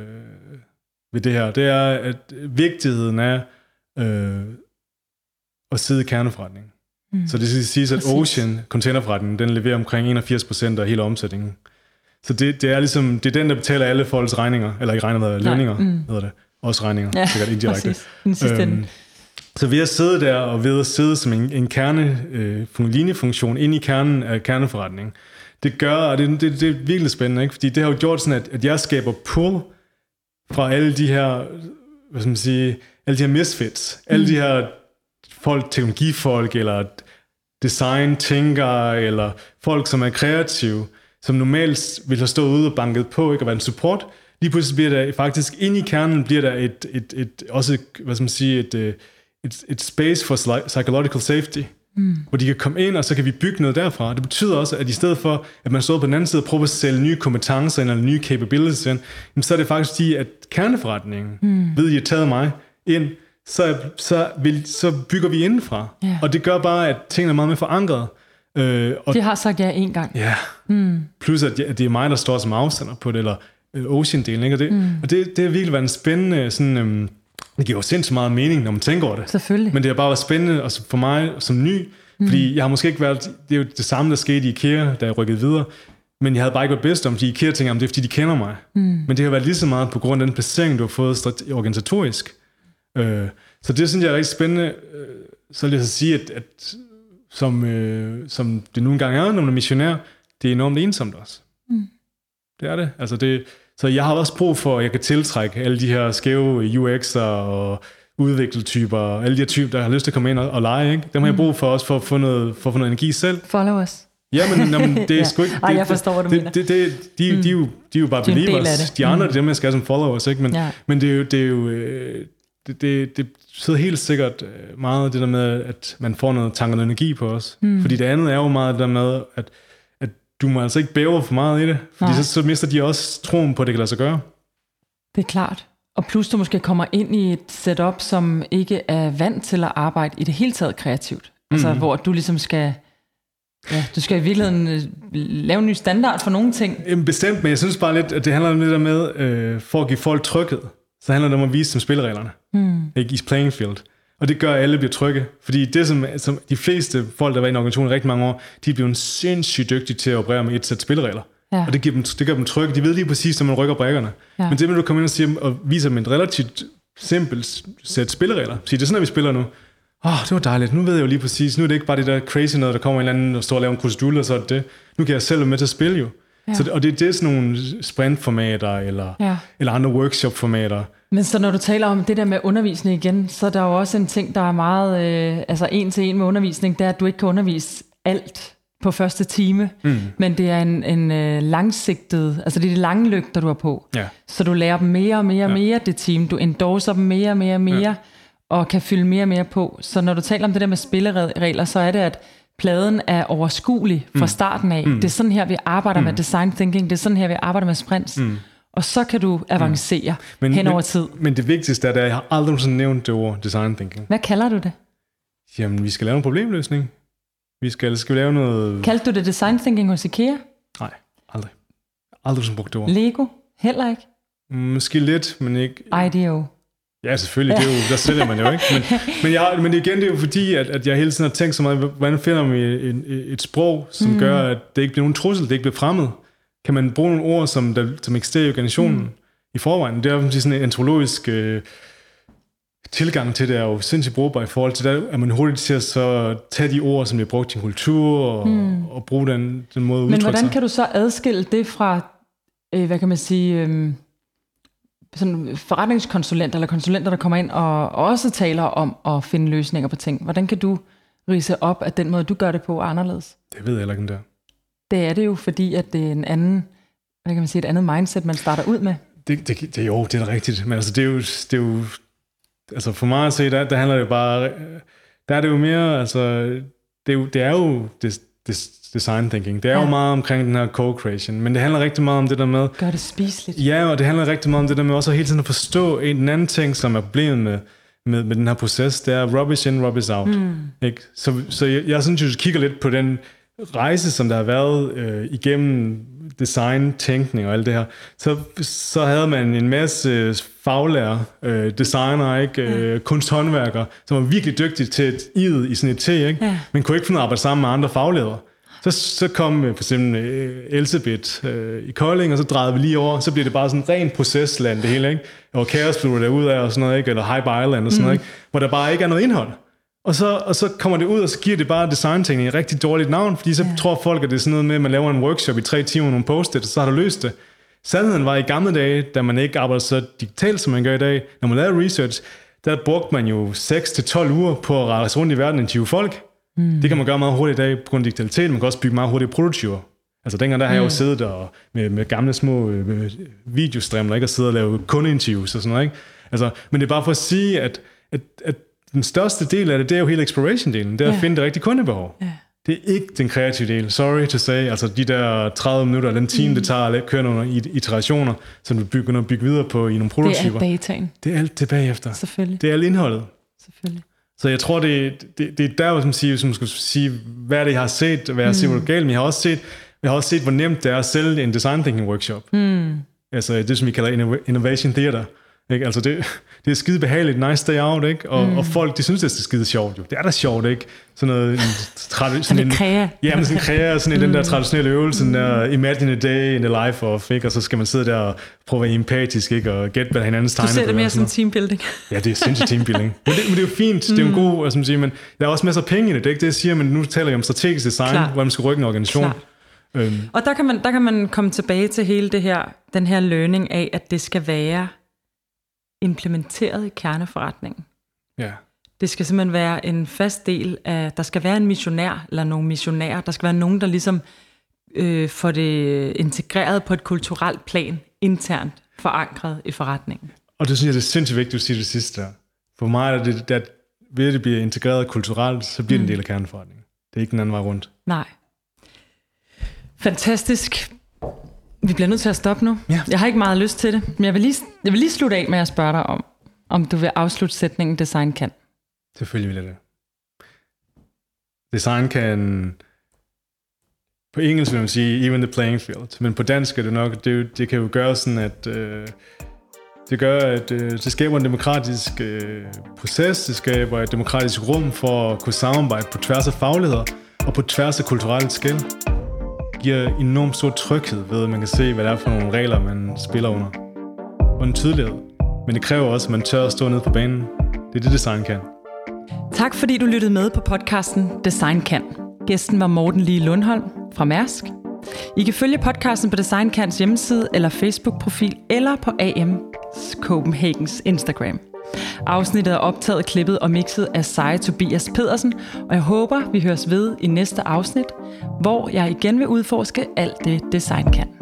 ved det her, det er, at vigtigheden af øh, at sidde i kerneforretningen. Mm. Så det skal siges, at Ocean, containerforretningen, den leverer omkring enogfirs procent af hele omsætningen. Så det, det er ligesom, det er den, der betaler alle folks regninger, eller ikke regninger, lønninger, mm. hedder det. Også regninger, ja, sikkert indirekte. Øhm, så ved at sidde der, og ved at sidde som en, en kerne, øh, linjefunktion ind i kernen af kerneforretningen, det gør, og det, det, det er virkelig spændende, ikke? Fordi det har jo gjort sådan, at, at jeg skaber pull fra alle de her, hvad skal man sige, alle de her misfits, mm. alle de her folk, teknologifolk, eller design-tænkere, eller folk, som er kreative, som normalt vil have stået ude og banket på, ikke, og være en support. Lige pludselig bliver der faktisk, inde i kernen, bliver der et, et, et også, hvad skal man sige, et, et, et space for psychological safety, mm. hvor de kan komme ind, og så kan vi bygge noget derfra. Det betyder også, at i stedet for, at man står på den anden side og prøver at sælge nye kompetencer, eller nye capabilities ind, så er det faktisk de, at kerneforretningen, mm. ved I har taget mig ind, Så, så, vil, så bygger vi indenfra. Yeah. Og det gør bare, at tingene er meget mere forankret. Øh, og det har sagt ja en gang. Ja. Mm. Plus, at det er mig, der står som afsender på det, eller Ocean-delen. Ikke? Og, det, mm. og det, det har virkelig været en spændende... Sådan, øhm, det giver jo sindssygt meget mening, når man tænker over det. Selvfølgelig. Men det har bare været spændende også for mig som ny, mm. fordi jeg har måske ikke været... Det er jo det samme, der skete i IKEA, da jeg rykkede videre. Men jeg havde bare ikke været bedst om, fordi IKEA tænker, om det er, fordi de kender mig. Mm. Men det har været lige så meget på grund af den placering, du har fået organisatorisk. Øh, så det synes jeg er rigtig spændende. Så vil jeg så sige, at, at som, øh, som det nogle gange er, når man er missionær, det er enormt ensomt også. Mm. Det er det. Altså det. Så jeg har også brug for, at jeg kan tiltrække alle de her skæve U X'er og udviklertyper, alle de her typer, der har lyst til at komme ind og, og lege. Ikke? Dem har jeg brug for også for at få noget, for at få noget energi selv. Followers. Ja, men, nå, men det er sgu ikke... Det, Ej, jeg forstår, hvad du det, mener. Det, det, det, de, de, er jo, de er jo bare believers. De andre, mm. det er dem, jeg skal have som followers. Ikke? Men, ja. men det er jo... Det, er jo det, det, det sidder helt sikkert meget det der med, at man får noget tanker og energi på os. Mm. Fordi det andet er jo meget det der med, at, at du må altså ikke bæve for meget i det. Fordi så, så mister de også troen på, at det kan lade sig gøre. Det er klart. Og plus du måske kommer ind i et setup, som ikke er vant til at arbejde i det hele taget kreativt. Altså, mm. hvor du ligesom skal... Ja, du skal i virkeligheden lave en ny standard for nogle ting. Jamen, bestemt, men jeg synes bare lidt, at det handler om det der med, øh, for at give folk tryghed, så handler det om at vise dem spillereglerne. Mm. Ikke i playing field. Og det gør, at alle bliver trygge. Fordi det, som, som de fleste folk, der har været i en organisation i rigtig mange år, de er blevet sindssygt dygtige til at operere med et sæt spilleregler. Ja. Og det, giver dem, det gør dem trygge. De ved lige præcis, når man rykker brækkerne. Ja. Men det med, du kommer ind og, siger, og viser dem et relativt simpelt sæt spilleregler. Sige, det er sådan, at vi spiller nu. Åh, oh, det var dejligt. Nu ved jeg jo lige præcis. Nu er det ikke bare det der crazy noget, der kommer en eller anden og står og laver en procedure, og så er det det. Nu kan jeg selv være med til at spille jo. Ja. Så det, og det er det sådan nogle sprintformater eller, ja. eller andre workshop-formater. Men så når du taler om det der med undervisning igen, så er der jo også en ting, der er meget øh, altså en til en med undervisning, det er, at du ikke kan undervise alt på første time, mm. men det er en, en øh, langsigtet, altså det er de lange lygter, du har på. Ja. Så du lærer dem mere og mere og mere, ja. det team. Du endorser dem mere og mere og mere, ja. og kan fylde mere og mere på. Så når du taler om det der med spilleregler, så er det, at pladen er overskuelig fra mm. starten af. Mm. Det er sådan her, vi arbejder mm. med design thinking. Det er sådan her, vi arbejder med sprints. Mm. Og så kan du avancere mm. men, hen over men, tid. Men det vigtigste er, at jeg har aldrig sådan nævnt det ord design thinking. Hvad kalder du det? Jamen, vi skal lave en problemløsning. Vi skal, skal vi lave noget... Kaldte du det design thinking hos IKEA? Nej, aldrig. Aldrig sådan brugt det ord. Lego? Heller ikke? Måske lidt, men ikke... I D O? Ja, selvfølgelig. Det er jo, der sælger man jo ikke. Men, men, jeg, men igen, det er jo fordi, at, at jeg hele tiden har tænkt så meget, hvordan finder man et, et sprog, som mm. gør, at det ikke bliver nogen trussel, det ikke bliver fremmed. Kan man bruge nogle ord, som, der, som eksisterer i organisationen mm. i forvejen? Det er jo sådan en antropologisk øh, tilgang til det, er jo sindssygt brugbar i forhold til det, at man hurtigt til at så tage de ord, som bliver brugt i en kultur, og, mm. og bruge den, den måde at udtrykke sig. Men hvordan kan du så adskille det fra, øh, hvad kan man sige... Øh, sådan forretningskonsulenter eller konsulenter, der kommer ind og også taler om at finde løsninger på ting. Hvordan kan du ridse op, at den måde, du gør det på, er anderledes? Det ved jeg heller ikke, om det er. Det er det jo, fordi at det er en anden, hvad kan man sige, et andet mindset, man starter ud med. Det, det, det jo, det er da rigtigt. Men altså, det er jo, det er jo altså for mig at se, der, der handler det jo bare, der er det jo mere, altså, det er jo, det er jo det, det, design thinking. Det er ja. jo meget omkring den her co-creation, men det handler rigtig meget om det der med... Gør det spiseligt. Ja, og det handler rigtig meget om det der med også hele tiden at forstå en anden ting, som er problemet med, med, med den her proces, det er rubbish in, rubbish out. Mm. Ikke? Så, så jeg, jeg synes, jeg kigger lidt på den rejse, som der har været øh, igennem design-tænkning og alt det her. Så, så havde man en masse faglærer, øh, designer, ikke? Øh, kunsthåndværkere, som var virkelig dygtige til at ide i sådan et te, ikke? Ja. Men kunne ikke finde at arbejde sammen med andre fagledere. Så, så kom for eksempel Elsebeth øh, i Kolding, og så drejede vi lige over, så bliver det bare sådan en ren procesland det hele, ikke? Og Kaos blev der ud af, og sådan noget, ikke? Eller Hype Island og sådan mm. noget, ikke? Hvor der bare ikke er noget indhold. Og så, og så kommer det ud, og så giver det bare design-teknik et rigtig dårligt navn, fordi så ja. tror folk, at det er sådan noget med, at man laver en workshop i tre timer med nogle post-it, og så har du løst det. Sandheden var i gamle dage, da man ikke arbejdede så digitalt, som man gør i dag, når man lavede research, der brugte man jo seks til tolv uger på at rejse rundt i verden og interviewe folk. Mm. Det kan man gøre meget hurtigt i dag på grund af digitalitet. Man kan også bygge meget hurtigt prototyper. Altså dengang der har jeg jo siddet og med, med gamle små øh, videostreamer, ikke, og siddet og lave kundeinterviews og sådan noget, ikke? Altså, men det er bare for at sige, at, at, at den største del af det, det er jo hele exploration-delen. Det er ja. at finde det rigtige kundebehov. Ja. Det er ikke den kreative del. Sorry to say. Altså de der tredive minutter, eller den time, mm. det tager at køre nogle iterationer, som du begynder at bygge videre på i nogle prototyper. Det er dataen. Det er alt tilbage efter. Selvfølgelig. Det er alt indholdet. Selvfølgelig. Så jeg tror, det, det, det er der, som siger, som skal sige, hvad er det, jeg har set, hvad jeg har set, hvor det er galt, men jeg har også set, jeg har også set, hvor nemt det er at sælge en design thinking workshop. Mm. Altså det, som vi kalder innovation theater. Ikke? Altså det, det er skide behageligt, nice day out, ikke? Og, mm. og folk, de synes, det er skide sjovt, jo. Det er da sjovt, ikke? Sådan noget... En, tradi- sådan en kræa. Ja, men sådan en kræa, sådan en, mm. den der traditionelle øvelse, mm. der imagine a day in the life of, ikke? Og så skal man sidde der og prøve at være empatisk, ikke? Og gætte, hvad hinandens tegner. Du ser det mere som teambuilding. Ja, det er sindssygt teambuilding. Men det, men det er jo fint, det er jo en god, altså man siger, men der er også masser af penge i det, det er ikke det, jeg siger, men nu taler jeg om strategisk design, Klar. Hvor man skal rykke en organisation. Øhm. Og der kan, man, der kan man komme tilbage til hele det her, den her learning af, at det skal være implementeret i kerneforretningen. Ja. Det skal simpelthen være en fast del af, der skal være en missionær, eller nogle missionærer, der skal være nogen, der ligesom øh, får det integreret på et kulturelt plan, internt forankret i forretningen. Og det synes jeg, det er sindssygt vigtigt at sige det sidste der. For mig er det, at ved det bliver integreret kulturelt, så bliver det mm. en del af kerneforretningen. Det er ikke den anden vej rundt. Nej. Fantastisk. Vi bliver nødt til at stoppe nu. Ja. Jeg har ikke meget lyst til det, men jeg vil lige, jeg vil lige slutte af med at spørge dig om, om du vil afslutte sætningen design kan. Selvfølgelig vil jeg det. Design kan, på engelsk vil man sige, even the playing field, men på dansk er det nok, det, det kan jo gøre sådan, at øh, det gør, at øh, det skaber en demokratisk øh, proces, det skaber et demokratisk rum for at kunne samarbejde på tværs af fagligheder og på tværs af kulturelt skel. Det giver enormt stor tryghed ved, at man kan se, hvad det er for nogle regler, man spiller under. Og en tydelighed. Men det kræver også, at man tør at stå nede på banen. Det er det, design kan. Tak fordi du lyttede med på podcasten Design Kan. Gæsten var Morten Lie Lundholm fra Mærsk. I kan følge podcasten på Design Kans hjemmeside eller Facebook-profil eller på A M Copenhagens Instagram. Afsnittet er optaget, klippet og mixet af Seje Tobias Pedersen, og jeg håber, vi høres ved i næste afsnit, hvor jeg igen vil udforske alt det, design kan.